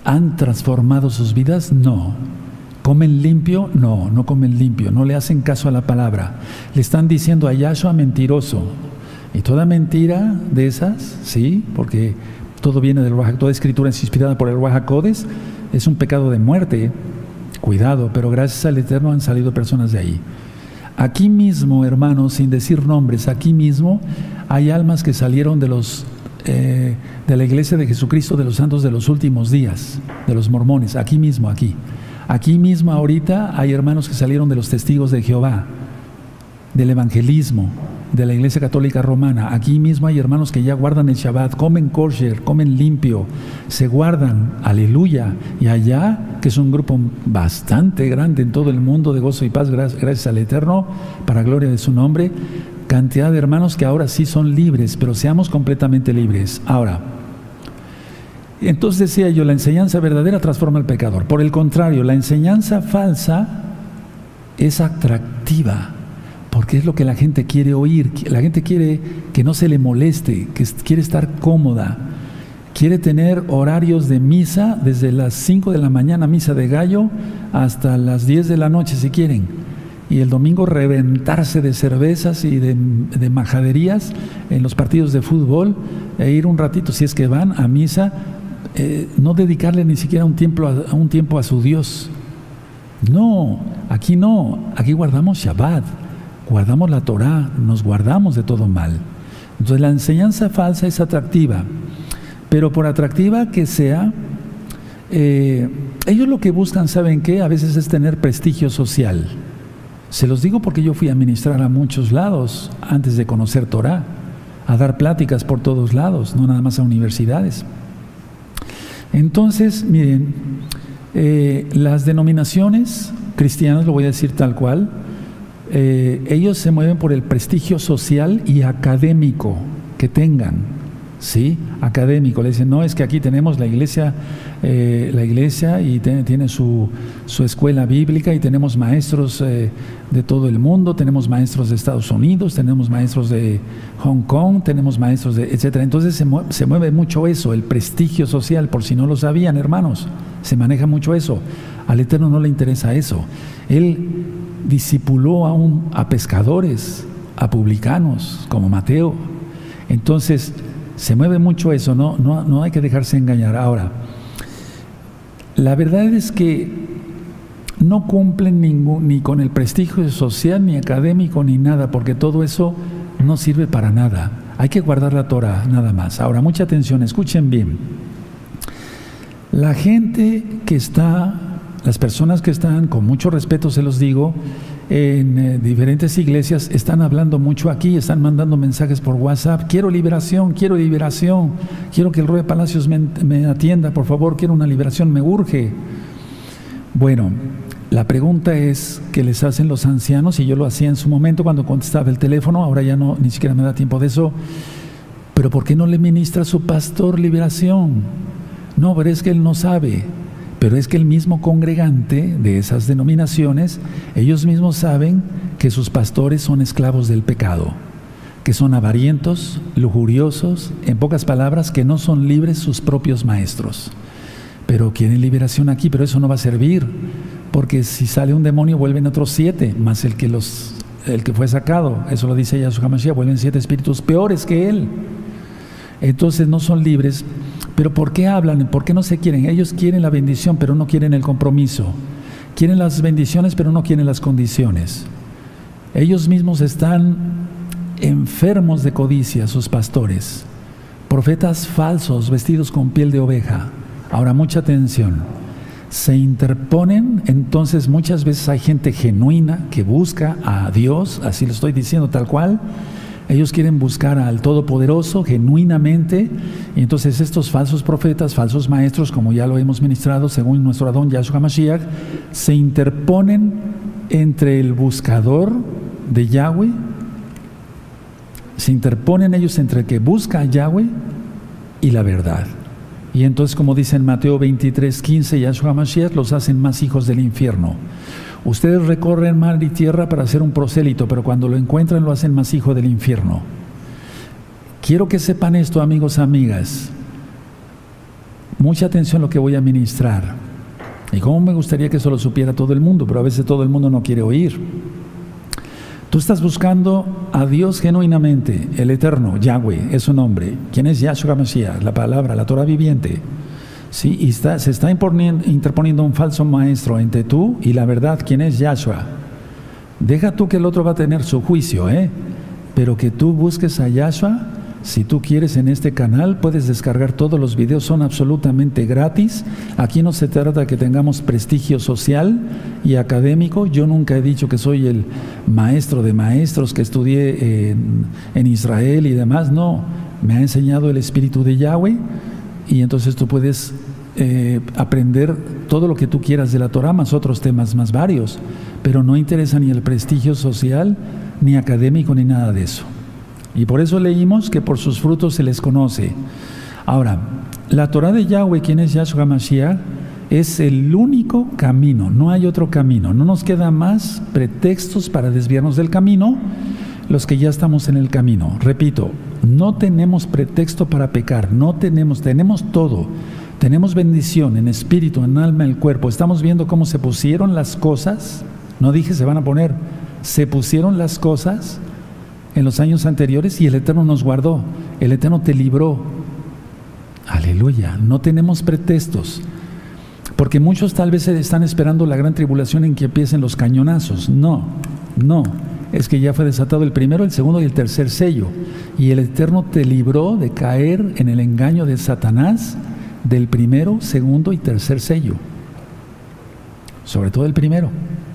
¿Han transformado sus vidas? No. ¿Comen limpio? No, no comen limpio. No le hacen caso a la palabra. Le están diciendo a Yahshua mentiroso. Y toda mentira de esas, sí, porque todo viene del Ruach, toda escritura es inspirada por el Ruach HaKodesh, es un pecado de muerte. Cuidado, pero gracias al Eterno han salido personas de ahí. Aquí mismo, hermanos, sin decir nombres, aquí mismo hay almas que salieron de la iglesia de Jesucristo de los santos de los últimos días, de los mormones, aquí mismo, aquí. Aquí mismo ahorita hay hermanos que salieron de los testigos de Jehová, del evangelismo, de la Iglesia Católica Romana. Aquí mismo hay hermanos que ya guardan el Shabbat, comen kosher, comen limpio, se guardan, aleluya. Y allá, que es un grupo bastante grande en todo el mundo de gozo y paz, gracias al Eterno, para gloria de su nombre, cantidad de hermanos que ahora sí son libres, pero seamos completamente libres. Ahora, entonces decía yo, la enseñanza verdadera transforma al pecador. Por el contrario, la enseñanza falsa es atractiva, porque es lo que la gente quiere oír. La gente quiere que no se le moleste, que quiere estar cómoda, quiere tener horarios de misa desde las 5 de la mañana, misa de gallo, hasta las 10 de la noche si quieren, y el domingo reventarse de cervezas y de majaderías en los partidos de fútbol, e ir un ratito, si es que van, a misa, no dedicarle ni siquiera un tiempo a su Dios. No, aquí guardamos Shabbat, guardamos la Torah, nos guardamos de todo mal. Entonces la enseñanza falsa es atractiva, pero por atractiva que sea, ellos lo que buscan, ¿saben qué? A veces es tener prestigio social. Se los digo porque yo fui a ministrar a muchos lados antes de conocer Torah, a dar pláticas por todos lados, no nada más a universidades. Entonces, miren, las denominaciones cristianas, lo voy a decir tal cual, ellos se mueven por el prestigio social y académico que tengan, ¿sí? Académico. Le dicen, no, es que aquí tenemos la iglesia y tiene su escuela bíblica y tenemos maestros de todo el mundo, tenemos maestros de Estados Unidos, tenemos maestros de Hong Kong, tenemos maestros de etcétera. Entonces se mueve mucho eso, el prestigio social, por si no lo sabían, hermanos, se maneja mucho eso. Al Eterno no le interesa eso. Él discipuló a pescadores, a publicanos, como Mateo. Entonces se mueve mucho eso, no hay que dejarse engañar. Ahora, la verdad es que no cumplen ni con el prestigio social, ni académico, ni nada, porque todo eso no sirve para nada. Hay que guardar la Torah, nada más. Ahora, mucha atención, escuchen bien. La gente que está, las personas que están, con mucho respeto se los digo, en diferentes iglesias, están hablando mucho aquí, están mandando mensajes por WhatsApp: quiero liberación, quiero que el Rey de Palacios me atienda, por favor, quiero una liberación, me urge. Bueno, la pregunta es, ¿qué les hacen los ancianos? Y yo lo hacía en su momento cuando contestaba el teléfono, ahora ya no, ni siquiera me da tiempo de eso. Pero ¿por qué no le ministra a su pastor liberación? No, pero es que él no sabe. Pero es que el mismo congregante de esas denominaciones, ellos mismos saben que sus pastores son esclavos del pecado, que son avarientos, lujuriosos, en pocas palabras, que no son libres sus propios maestros. Pero quieren liberación aquí, pero eso no va a servir, porque si sale un demonio vuelven otros 7, más el que fue sacado. Eso lo dice Yahshua HaMashiach, vuelven 7 espíritus peores que él. Entonces no son libres. Pero ¿por qué hablan? ¿Por qué no se quieren? Ellos quieren la bendición, pero no quieren el compromiso. Quieren las bendiciones, pero no quieren las condiciones. Ellos mismos están enfermos de codicia, sus pastores. Profetas falsos, vestidos con piel de oveja. Ahora, mucha atención. Se interponen, entonces muchas veces hay gente genuina que busca a Dios, así lo estoy diciendo tal cual. Ellos quieren buscar al Todopoderoso genuinamente, y entonces estos falsos profetas, falsos maestros, como ya lo hemos ministrado según nuestro Adón Yahshua HaMashiach, se interponen entre el buscador de Yahweh, se interponen ellos entre el que busca a Yahweh y la verdad. Y entonces, como dice en Mateo 23:15, Yahshua HaMashiach, los hacen más hijos del infierno. Ustedes recorren mar y tierra para hacer un prosélito, pero cuando lo encuentran lo hacen más hijo del infierno. Quiero que sepan esto, amigos, amigas. Mucha atención a lo que voy a ministrar. Y cómo me gustaría que eso lo supiera todo el mundo, pero a veces todo el mundo no quiere oír. Tú estás buscando a Dios genuinamente, el Eterno, Yahweh, es su nombre. ¿Quién es Yahshua Mashiach? La palabra, la Torah viviente. Sí, y se está interponiendo un falso maestro entre tú y la verdad. ¿Quién es Yahshua? Deja tú que el otro va a tener su juicio, pero que tú busques a Yahshua. Si tú quieres, en este canal puedes descargar todos los videos, son absolutamente gratis. Aquí no se trata de que tengamos prestigio social y académico. Yo nunca he dicho que soy el maestro de maestros, que estudié en Israel y demás. No, me ha enseñado el Espíritu de Yahweh, y entonces tú puedes aprender todo lo que tú quieras de la Torah, más otros temas más varios, pero no interesa ni el prestigio social, ni académico, ni nada de eso. Y por eso leímos que por sus frutos se les conoce. Ahora, la Torah de Yahweh, quien es Yahshua Mashiach, es el único camino, no hay otro camino. No nos queda más pretextos para desviarnos del camino, los que ya estamos en el camino. Repito, no tenemos pretexto para pecar, tenemos todo. Tenemos bendición en espíritu, en alma, en el cuerpo. Estamos viendo cómo se pusieron las cosas. No dije se van a poner, se pusieron las cosas en los años anteriores y el Eterno nos guardó, el Eterno te libró. Aleluya, no tenemos pretextos, porque muchos tal vez están esperando la gran tribulación en que empiecen los cañonazos. No, es que ya fue desatado el primero, el segundo y el tercer sello, y el Eterno te libró de caer en el engaño de Satanás del primero, segundo y tercer sello, sobre todo el primero.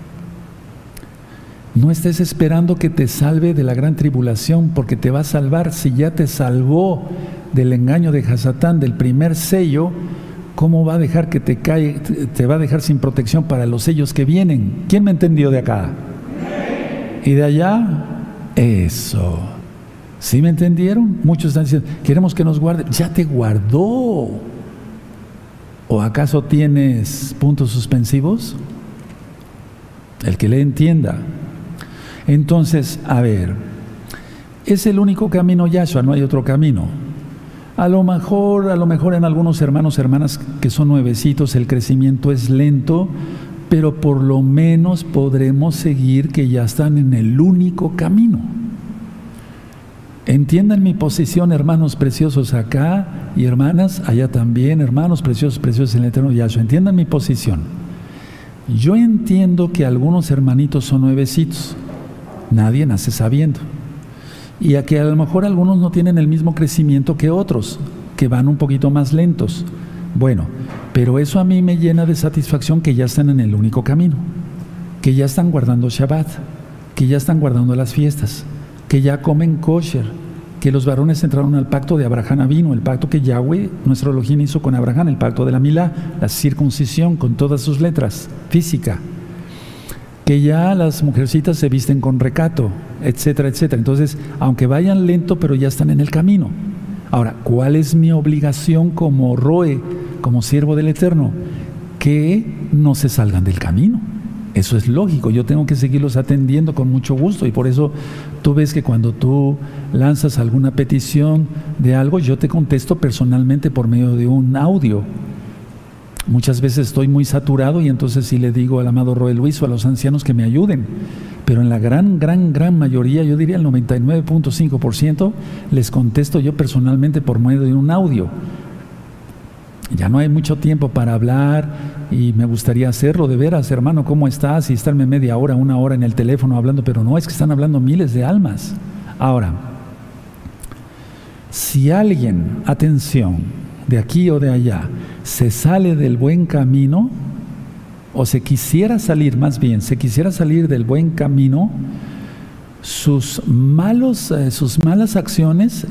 No estés esperando que te salve de la gran tribulación, porque te va a salvar. Si ya te salvó del engaño de Hasatán, del primer sello, ¿cómo va a dejar que te va a dejar sin protección para los sellos que vienen? ¿Quién me entendió de acá? ¿Y de allá? Eso. ¿Sí me entendieron? Muchos están diciendo, queremos que nos guarde. Ya te guardó. ¿O acaso tienes puntos suspensivos? El que le entienda. Entonces, a ver, es el único camino Yahshua, no hay otro camino. A lo mejor en algunos hermanos, hermanas que son nuevecitos, el crecimiento es lento, pero por lo menos podremos seguir que ya están en el único camino. Entiendan mi posición, hermanos preciosos acá y hermanas allá también, hermanos preciosos en el eterno Yahshua. Entiendan mi posición. Yo entiendo que algunos hermanitos son nuevecitos. Nadie nace sabiendo. Y a que a lo mejor algunos no tienen el mismo crecimiento que otros, que van un poquito más lentos. Bueno, pero eso a mí me llena de satisfacción, que ya están en el único camino, que ya están guardando Shabbat, que ya están guardando las fiestas, que ya comen kosher, que los varones entraron al pacto de Abraham Avinu, el pacto que Yahweh, nuestro Elohim, hizo con Abraham, el pacto de la Milá, la circuncisión con todas sus letras, física, que ya las mujercitas se visten con recato, etcétera, etcétera. Entonces, aunque vayan lento, pero ya están en el camino. Ahora, ¿cuál es mi obligación como Roe, como siervo del Eterno? Que no se salgan del camino. Eso es lógico, yo tengo que seguirlos atendiendo con mucho gusto, y por eso tú ves que cuando tú lanzas alguna petición de algo, yo te contesto personalmente por medio de un audio. Muchas veces estoy muy saturado y entonces sí le digo al amado Roel Luis o a los ancianos que me ayuden, pero en la gran mayoría, yo diría el 99.5%, les contesto yo personalmente por medio de un audio. Ya no hay mucho tiempo para hablar y me gustaría hacerlo de veras, hermano, ¿cómo estás? Y estarme media hora, una hora en el teléfono hablando, pero no, es que están hablando miles de almas. Ahora, si alguien, atención, de aquí o de allá, se sale del buen camino, o se quisiera salir del buen camino, sus malas acciones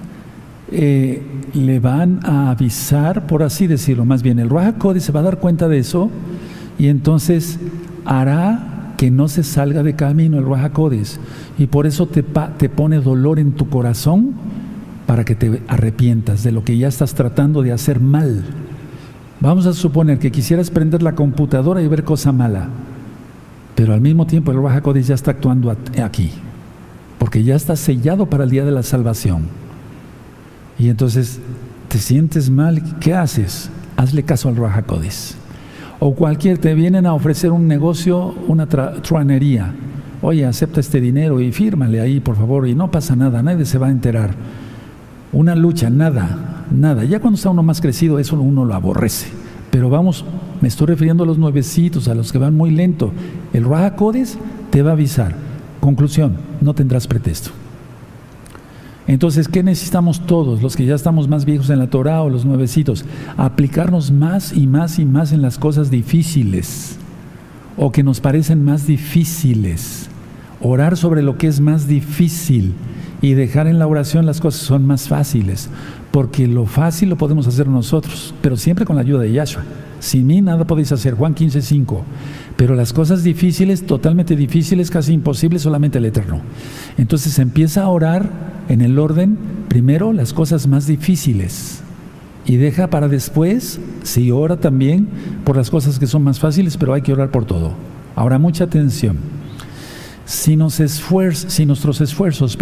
le van a avisar, por así decirlo, más bien el Ruach HaKodesh se va a dar cuenta de eso, y entonces hará que no se salga de camino el Ruach HaKodesh, y por eso te pone dolor en tu corazón, para que te arrepientas de lo que ya estás tratando de hacer mal. Vamos a suponer que quisieras prender la computadora y ver cosa mala, pero al mismo tiempo el Ruach HaKodesh ya está actuando aquí, porque ya está sellado para el día de la salvación. Y entonces te sientes mal, ¿qué haces? Hazle caso al Ruach HaKodesh. O te vienen a ofrecer un negocio, una truanería. Oye, acepta este dinero y fírmale ahí, por favor, y no pasa nada, nadie se va a enterar. Una lucha, nada. Ya cuando está uno más crecido, eso uno lo aborrece. Pero vamos, me estoy refiriendo a los nuevecitos, a los que van muy lento. El Ruach HaKodesh te va a avisar. Conclusión, no tendrás pretexto. Entonces, ¿qué necesitamos todos, los que ya estamos más viejos en la Torah o los nuevecitos? Aplicarnos más y más y más en las cosas difíciles o que nos parecen más difíciles. Orar sobre lo que es más difícil y dejar en la oración las cosas que son más fáciles, porque lo fácil lo podemos hacer nosotros, pero siempre con la ayuda de Yahshua. Sin mí nada podéis hacer, Juan 15:5. Pero las cosas difíciles, totalmente difíciles, casi imposibles, solamente el Eterno. Entonces empieza a orar en el orden, primero las cosas más difíciles y deja para después, sí, ora también por las cosas que son más fáciles, pero hay que orar por todo. Ahora, mucha atención. Si nuestros esfuerzos,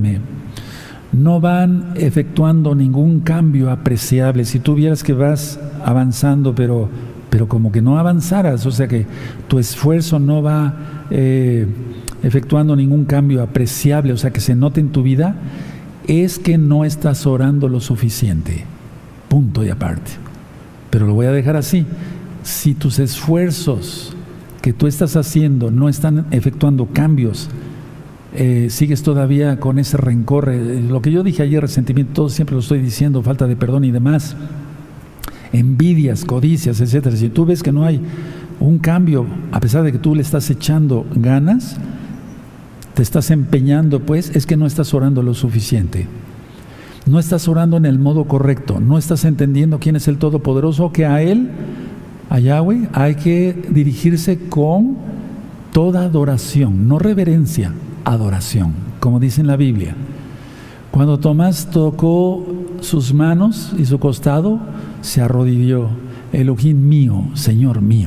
no van efectuando ningún cambio apreciable, si tú vieras que vas avanzando, pero como que no avanzaras, o sea que tu esfuerzo no va efectuando ningún cambio apreciable, o sea que se note en tu vida, es que no estás orando lo suficiente. Punto y aparte. Pero lo voy a dejar así. Si tus esfuerzos que tú estás haciendo no están efectuando cambios, sigues todavía con ese rencor, lo que yo dije ayer, resentimiento, todo siempre lo estoy diciendo, falta de perdón y demás, envidias, codicias, etcétera. Si tú ves que no hay un cambio, a pesar de que tú le estás echando ganas, te estás empeñando, pues es que no estás orando lo suficiente. No estás orando en el modo correcto, no estás entendiendo quién es el Todopoderoso, que a Él, a Yahweh, hay que dirigirse con toda adoración, no reverencia, adoración, como dice en la Biblia. Cuando Tomás tocó sus manos y su costado, se arrodilló: Elohim mío, Señor mío.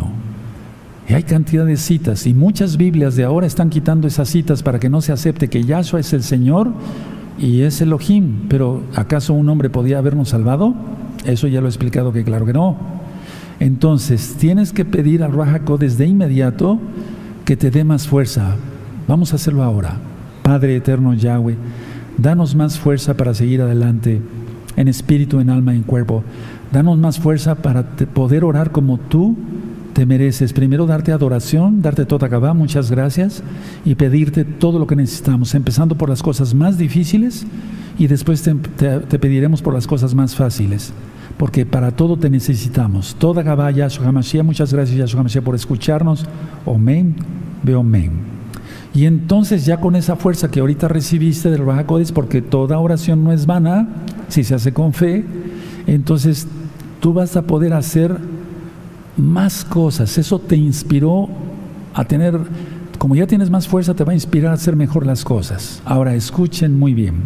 Y hay cantidad de citas, y muchas Biblias de ahora están quitando esas citas para que no se acepte que Yahshua es el Señor y es Elohim. Pero ¿acaso un hombre podía habernos salvado? Eso ya lo he explicado, que claro que no. Entonces tienes que pedir al Ruach HaKodesh de inmediato que te dé más fuerza. Vamos a hacerlo ahora. Padre eterno Yahweh, danos más fuerza para seguir adelante en espíritu, en alma y en cuerpo. Danos más fuerza para poder orar como tú te mereces. Primero darte adoración, darte toda Gabá, muchas gracias, y pedirte todo lo que necesitamos, empezando por las cosas más difíciles y después te pediremos por las cosas más fáciles, porque para todo te necesitamos. Toda Gabá, Yahshua HaMashiach. Muchas gracias, Yahshua HaMashiach, por escucharnos. Omen, Beomen. Y entonces, ya con esa fuerza que ahorita recibiste del Ruach HaKodesh, porque toda oración no es vana si se hace con fe, entonces tú vas a poder hacer más cosas. Eso te inspiró a tener, como ya tienes más fuerza, te va a inspirar a hacer mejor las cosas. Ahora escuchen muy bien.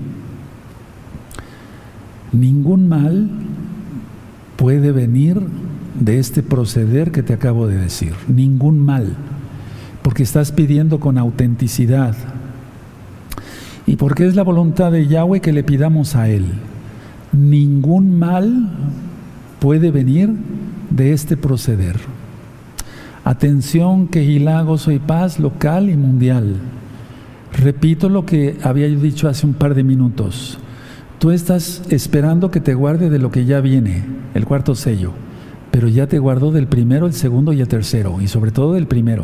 Ningún mal puede venir de este proceder que te acabo de decir. Ningún mal. Porque estás pidiendo con autenticidad. Y porque es la voluntad de Yahweh que le pidamos a Él. Ningún mal puede venir de este proceder. Atención, Kehilá, gozo y paz local y mundial. Repito lo que había dicho hace un par de minutos. Tú estás esperando que te guarde de lo que ya viene, el cuarto sello, pero ya te guardó del primero, el segundo y el tercero, y sobre todo del primero.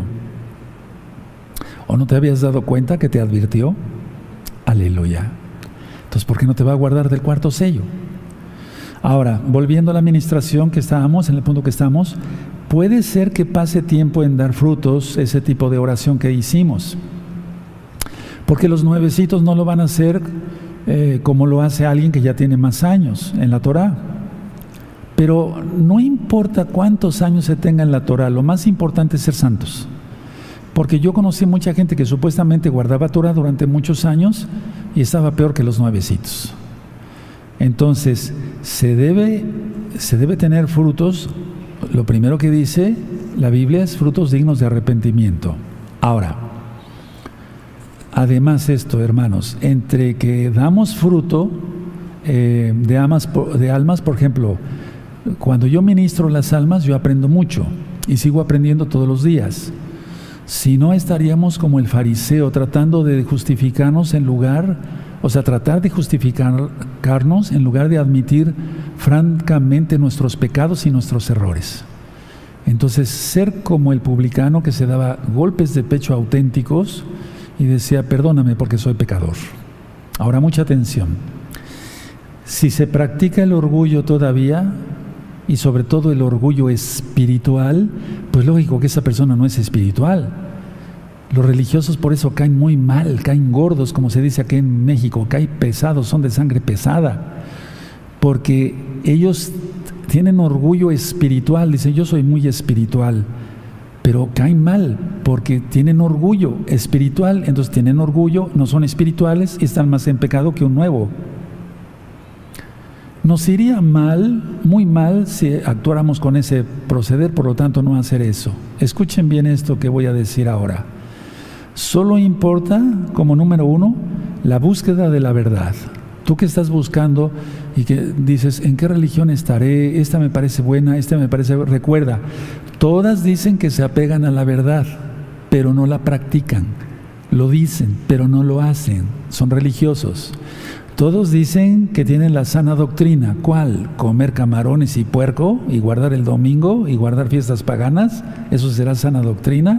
¿O no te habías dado cuenta que te advirtió? Aleluya. Entonces, ¿por qué no te va a guardar del cuarto sello? Ahora, volviendo a la administración que estábamos, en el punto que estamos, puede ser que pase tiempo en dar frutos ese tipo de oración que hicimos, porque los nuevecitos no lo van a hacer como lo hace alguien que ya tiene más años en la Torah. Pero no importa cuántos años se tenga en la Torah, lo más importante es ser santos. Porque yo conocí mucha gente que supuestamente guardaba Torah durante muchos años y estaba peor que los nuevecitos. Entonces, se debe tener frutos. Lo primero que dice la Biblia es frutos dignos de arrepentimiento. Ahora, además esto, hermanos, entre que damos fruto, de almas, por ejemplo, cuando yo ministro las almas, yo aprendo mucho y sigo aprendiendo todos los días. Si no, estaríamos como el fariseo, tratando de justificarnos tratar de justificarnos en lugar de admitir francamente nuestros pecados y nuestros errores. Entonces, ser como el publicano que se daba golpes de pecho auténticos y decía, perdóname porque soy pecador. Ahora, mucha atención. Si se practica el orgullo todavía, y sobre todo el orgullo espiritual, pues lógico que esa persona no es espiritual. Los religiosos por eso caen muy mal, caen gordos, como se dice aquí en México, caen pesados, son de sangre pesada, porque ellos tienen orgullo espiritual, dicen yo soy muy espiritual, pero caen mal porque tienen orgullo espiritual, entonces tienen orgullo, no son espirituales y están más en pecado que un nuevo. Nos iría mal, muy mal, si actuáramos con ese proceder, por lo tanto no hacer eso. Escuchen bien esto que voy a decir ahora. Solo importa, como número uno, la búsqueda de la verdad. Tú que estás buscando y que dices, ¿en qué religión estaré? Esta me parece buena, esta me parece... Recuerda, todas dicen que se apegan a la verdad, pero no la practican. Lo dicen, pero no lo hacen. Son religiosos. Todos dicen que tienen la sana doctrina. ¿Cuál? ¿Comer camarones y puerco y guardar el domingo y guardar fiestas paganas? ¿Eso será sana doctrina?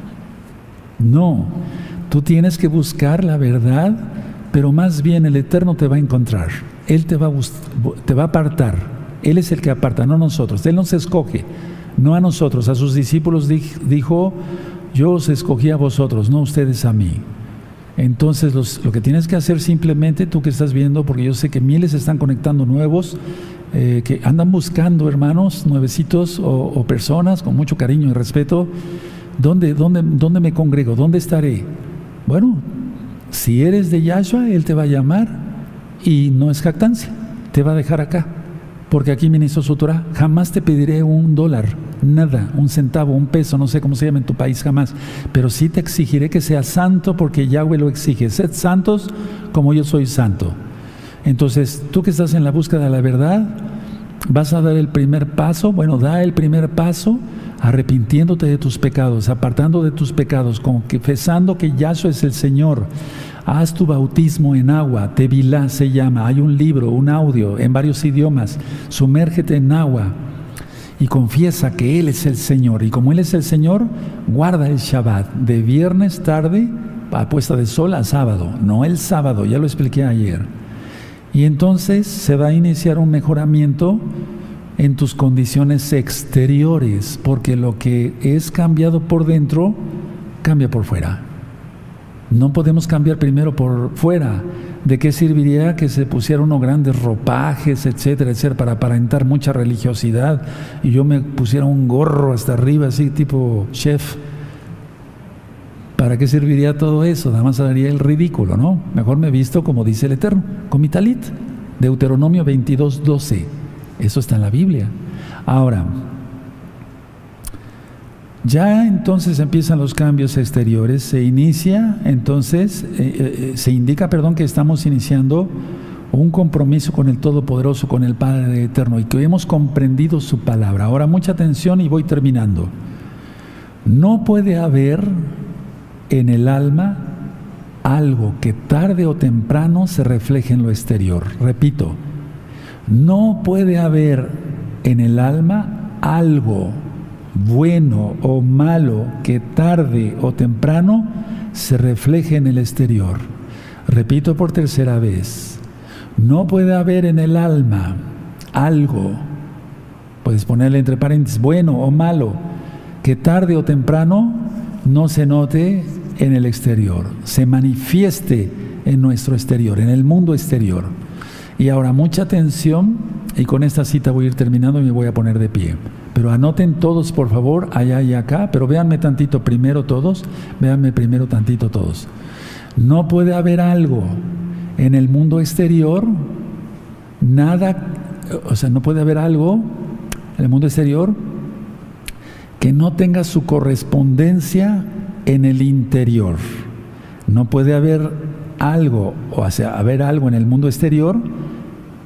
No. Tú tienes que buscar la verdad, pero más bien el Eterno te va a encontrar. Él te va a apartar. Él es el que aparta, no nosotros. Él nos escoge, no a nosotros. A sus discípulos dijo, yo os escogí a vosotros, no ustedes a mí. Entonces lo que tienes que hacer simplemente, tú que estás viendo, porque yo sé que miles se están conectando nuevos, que andan buscando hermanos nuevecitos o personas con mucho cariño y respeto, ¿dónde me congrego? ¿Dónde estaré? Bueno, si eres de Yahshua, Él te va a llamar y no es jactancia, te va a dejar acá, porque aquí ministro su Torah, jamás te pediré $1, nada, un centavo, un peso, no sé cómo se llama en tu país, jamás, pero sí te exigiré que seas santo porque Yahweh lo exige, sed santos como yo soy santo. Entonces, tú que estás en la búsqueda de la verdad, vas a dar el primer paso, da el primer paso arrepintiéndote de tus pecados, apartando de tus pecados, confesando que Yahshua es el Señor. Haz tu bautismo en agua, Tevilá se llama, hay un libro, un audio en varios idiomas, sumérgete en agua y confiesa que Él es el Señor, y como Él es el Señor, guarda el Shabbat, de viernes tarde a puesta de sol a sábado, no el sábado, ya lo expliqué ayer. Y entonces se va a iniciar un mejoramiento en tus condiciones exteriores, porque lo que es cambiado por dentro, cambia por fuera. No podemos cambiar primero por fuera. ¿De qué serviría que se pusiera unos grandes ropajes, etcétera, etcétera, para aparentar mucha religiosidad y yo me pusiera un gorro hasta arriba, así tipo chef? ¿Para qué serviría todo eso? Nada más haría el ridículo, ¿no? Mejor me visto como dice el Eterno, con mi talit. Deuteronomio 22:12. Eso está en la Biblia. Ahora, ya entonces empiezan los cambios exteriores, se inicia, entonces, se indica, que estamos iniciando un compromiso con el Todopoderoso, con el Padre Eterno, y que hemos comprendido su palabra. Ahora, mucha atención y voy terminando. No puede haber en el alma algo que tarde o temprano se refleje en lo exterior. Repito, no puede haber en el alma algo bueno o malo que tarde o temprano se refleje en el exterior. Repito por tercera vez, no puede haber en el alma algo, puedes ponerle entre paréntesis, bueno o malo, que tarde o temprano no se note en el exterior, se manifieste en nuestro exterior, en el mundo exterior. Y ahora mucha atención, y con esta cita voy a ir terminando y me voy a poner de pie. Pero anoten todos, por favor, allá y acá, pero véanme tantito primero todos, véanme primero tantito todos. No puede haber algo en el mundo exterior, nada, no puede haber algo en el mundo exterior que no tenga su correspondencia en el interior. No puede haber algo, haber algo en el mundo exterior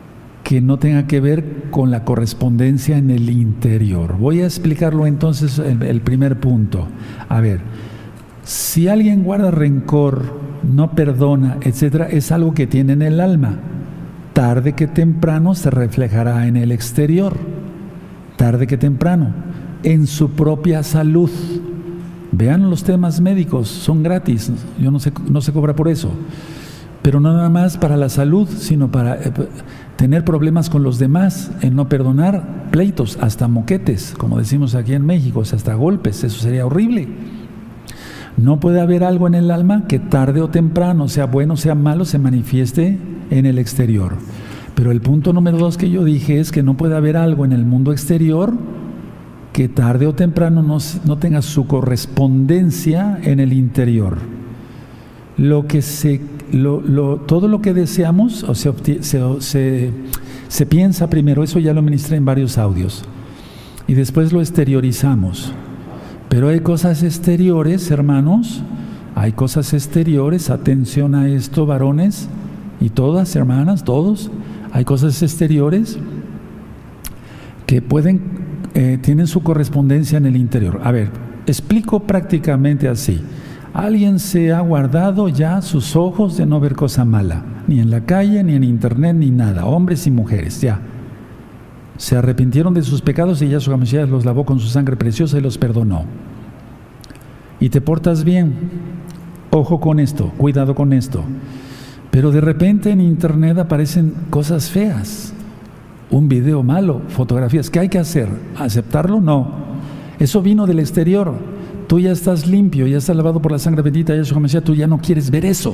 que no tenga que ver con la correspondencia en el interior. Voy a explicarlo entonces el primer punto. A ver, si alguien guarda rencor, no perdona, etcétera, es algo que tiene en el alma. Tarde que temprano se reflejará en el exterior. Tarde que temprano, en su propia salud. Vean los temas médicos, son gratis, no se cobra por eso. Pero no nada más para la salud, sino para tener problemas con los demás, en no perdonar, pleitos, hasta moquetes, como decimos aquí en México, hasta golpes, eso sería horrible. No puede haber algo en el alma que tarde o temprano, sea bueno o sea malo, se manifieste en el exterior. Pero el punto número 2 que yo dije es que no puede haber algo en el mundo exterior que tarde o temprano no tenga su correspondencia en el interior. Todo lo que deseamos se piensa primero, eso ya lo ministré en varios audios, y después lo exteriorizamos. Pero hay cosas exteriores, hermanos, hay cosas exteriores, atención a esto, varones, y todas, hermanas, todos, hay cosas exteriores que tienen su correspondencia en el interior. A ver, explico prácticamente así. Alguien se ha guardado ya sus ojos de no ver cosa mala, ni en la calle, ni en internet, ni nada, hombres y mujeres, ya. Se arrepintieron de sus pecados y Yahshua Mashiach los lavó con su sangre preciosa y los perdonó. Y te portas bien, ojo con esto, cuidado con esto. Pero de repente en internet aparecen cosas feas, un video malo, fotografías. ¿Qué hay que hacer? ¿Aceptarlo? No. Eso vino del exterior. Tú ya estás limpio, ya estás lavado por la sangre bendita de Yahshua Mashiach, tú ya no quieres ver eso.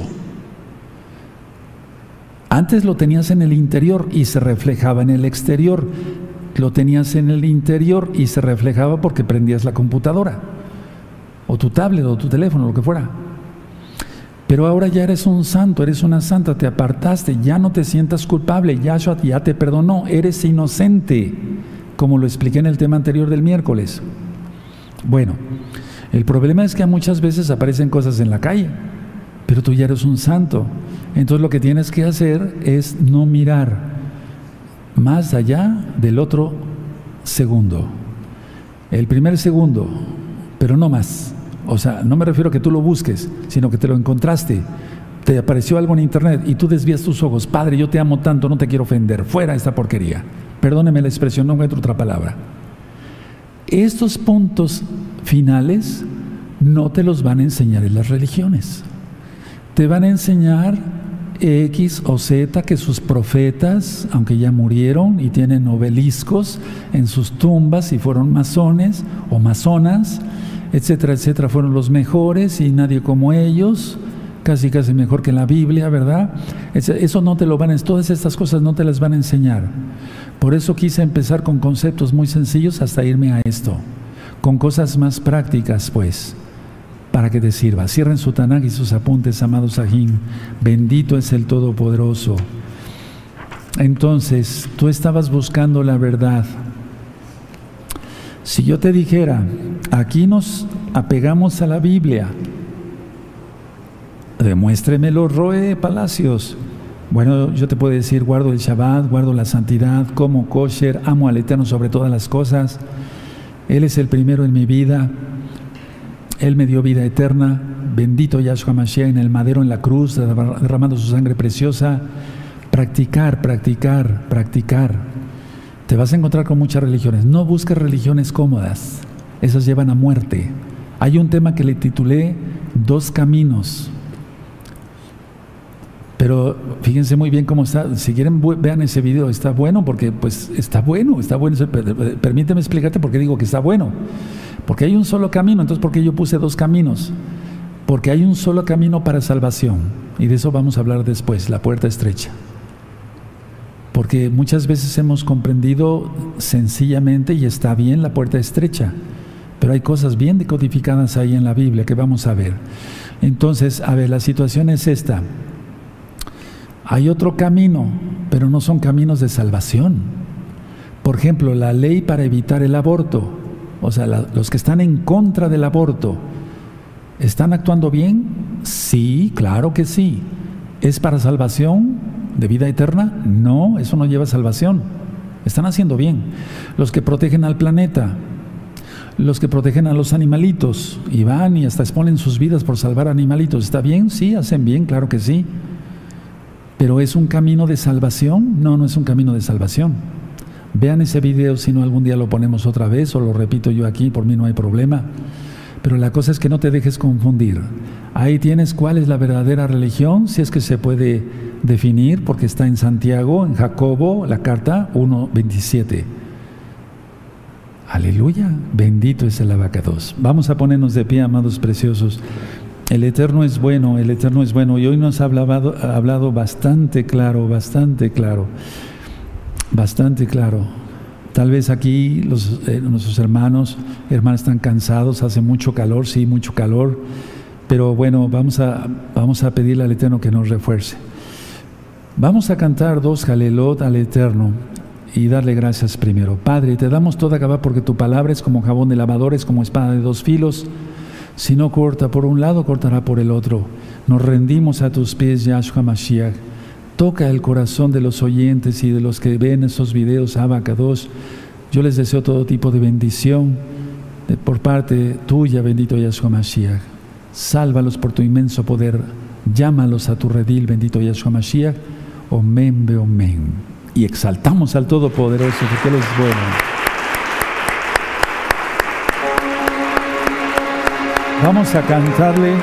Antes lo tenías en el interior y se reflejaba en el exterior. Lo tenías en el interior y se reflejaba porque prendías la computadora, o tu tablet, o tu teléfono, lo que fuera. Pero ahora ya eres un santo, eres una santa, te apartaste, ya no te sientas culpable, Yahshua ya te perdonó, eres inocente, como lo expliqué en el tema anterior del miércoles. Bueno, el problema es que muchas veces aparecen cosas en la calle, pero tú ya eres un santo. Entonces lo que tienes que hacer es no mirar más allá del otro segundo. El primer segundo, pero no más. O sea, no me refiero a que tú lo busques, sino que te lo encontraste. Te apareció algo en internet y tú desvías tus ojos. Padre, yo te amo tanto, no te quiero ofender. Fuera esta porquería. Perdóneme la expresión, no encuentro otra palabra. Estos puntos finales no te los van a enseñar en las religiones. Te van a enseñar X o Z, que sus profetas, aunque ya murieron y tienen obeliscos en sus tumbas y fueron masones o masonas, etcétera, etcétera, fueron los mejores y nadie como ellos, casi mejor que en la Biblia, ¿verdad? Eso no te lo todas estas cosas no te las van a enseñar. Por eso quise empezar con conceptos muy sencillos hasta irme a esto, con cosas más prácticas, pues, para que te sirva. Cierren su Tanaj y sus apuntes, amados Sajín. Bendito es el Todopoderoso. Entonces, tú estabas buscando la verdad. Si yo te dijera, aquí nos apegamos a la Biblia, demuéstremelo, Roe Palacios. Bueno, yo te puedo decir, guardo el Shabbat, guardo la santidad, como kosher, amo al Eterno sobre todas las cosas. Él es el primero en mi vida. Él me dio vida eterna. Bendito Yahshua Mashiach en el madero, en la cruz, derramando su sangre preciosa. Practicar. Te vas a encontrar con muchas religiones. No busques religiones cómodas. Esas llevan a muerte. Hay un tema que le titulé 2 caminos. Pero fíjense muy bien cómo está. Si quieren, vean ese video. Está bueno porque, pues, está bueno. Permíteme explicarte por qué digo que está bueno. Porque hay un solo camino. Entonces, ¿por qué yo puse 2 caminos? Porque hay un solo camino para salvación. Y de eso vamos a hablar después, la puerta estrecha. Porque muchas veces hemos comprendido sencillamente, y está bien, la puerta estrecha. Pero hay cosas bien decodificadas ahí en la Biblia que vamos a ver. Entonces, a ver, la situación es esta. Hay otro camino, pero no son caminos de salvación. Por ejemplo, la ley para evitar el aborto. O sea, los que están en contra del aborto, ¿están actuando bien? Sí, claro que sí. ¿Es para salvación? de vida eterna? No, eso no lleva salvación. Están haciendo bien. Los que protegen al planeta, los que protegen a los animalitos, y van y hasta exponen sus vidas por salvar animalitos, ¿está bien? Sí, hacen bien, claro que sí. ¿Pero es un camino de salvación? No, no es un camino de salvación. Vean ese video, si no algún día lo ponemos otra vez, o lo repito yo aquí, por mí no hay problema. Pero la cosa es que no te dejes confundir. Ahí tienes cuál es la verdadera religión, si es que se puede definir, porque está en Santiago, en Jacobo, la carta 1:27. Aleluya, bendito es el abacados. Vamos a ponernos de pie, amados preciosos. El Eterno es bueno, el Eterno es bueno. Y hoy nos ha hablado bastante claro, bastante claro, bastante claro. Tal vez aquí nuestros hermanas están cansados, hace mucho calor, sí, mucho calor. Pero bueno, vamos a pedirle al Eterno que nos refuerce. Vamos a cantar 2 Jalelot al Eterno y darle gracias primero. Padre, te damos toda Gabá porque tu palabra es como jabón de lavador, es como espada de 2 filos. Si no corta por un lado, cortará por el otro. Nos rendimos a tus pies, Yahshua Mashiach. Toca el corazón de los oyentes y de los que ven esos videos, Abacados. Yo les deseo todo tipo de bendición por parte tuya, bendito Yahshua Mashiach. Sálvalos por tu inmenso poder. Llámalos a tu redil, bendito Yahshua Mashiach. Omen, beomen. Y exaltamos al Todopoderoso, porque Él es bueno. Vamos a cantarle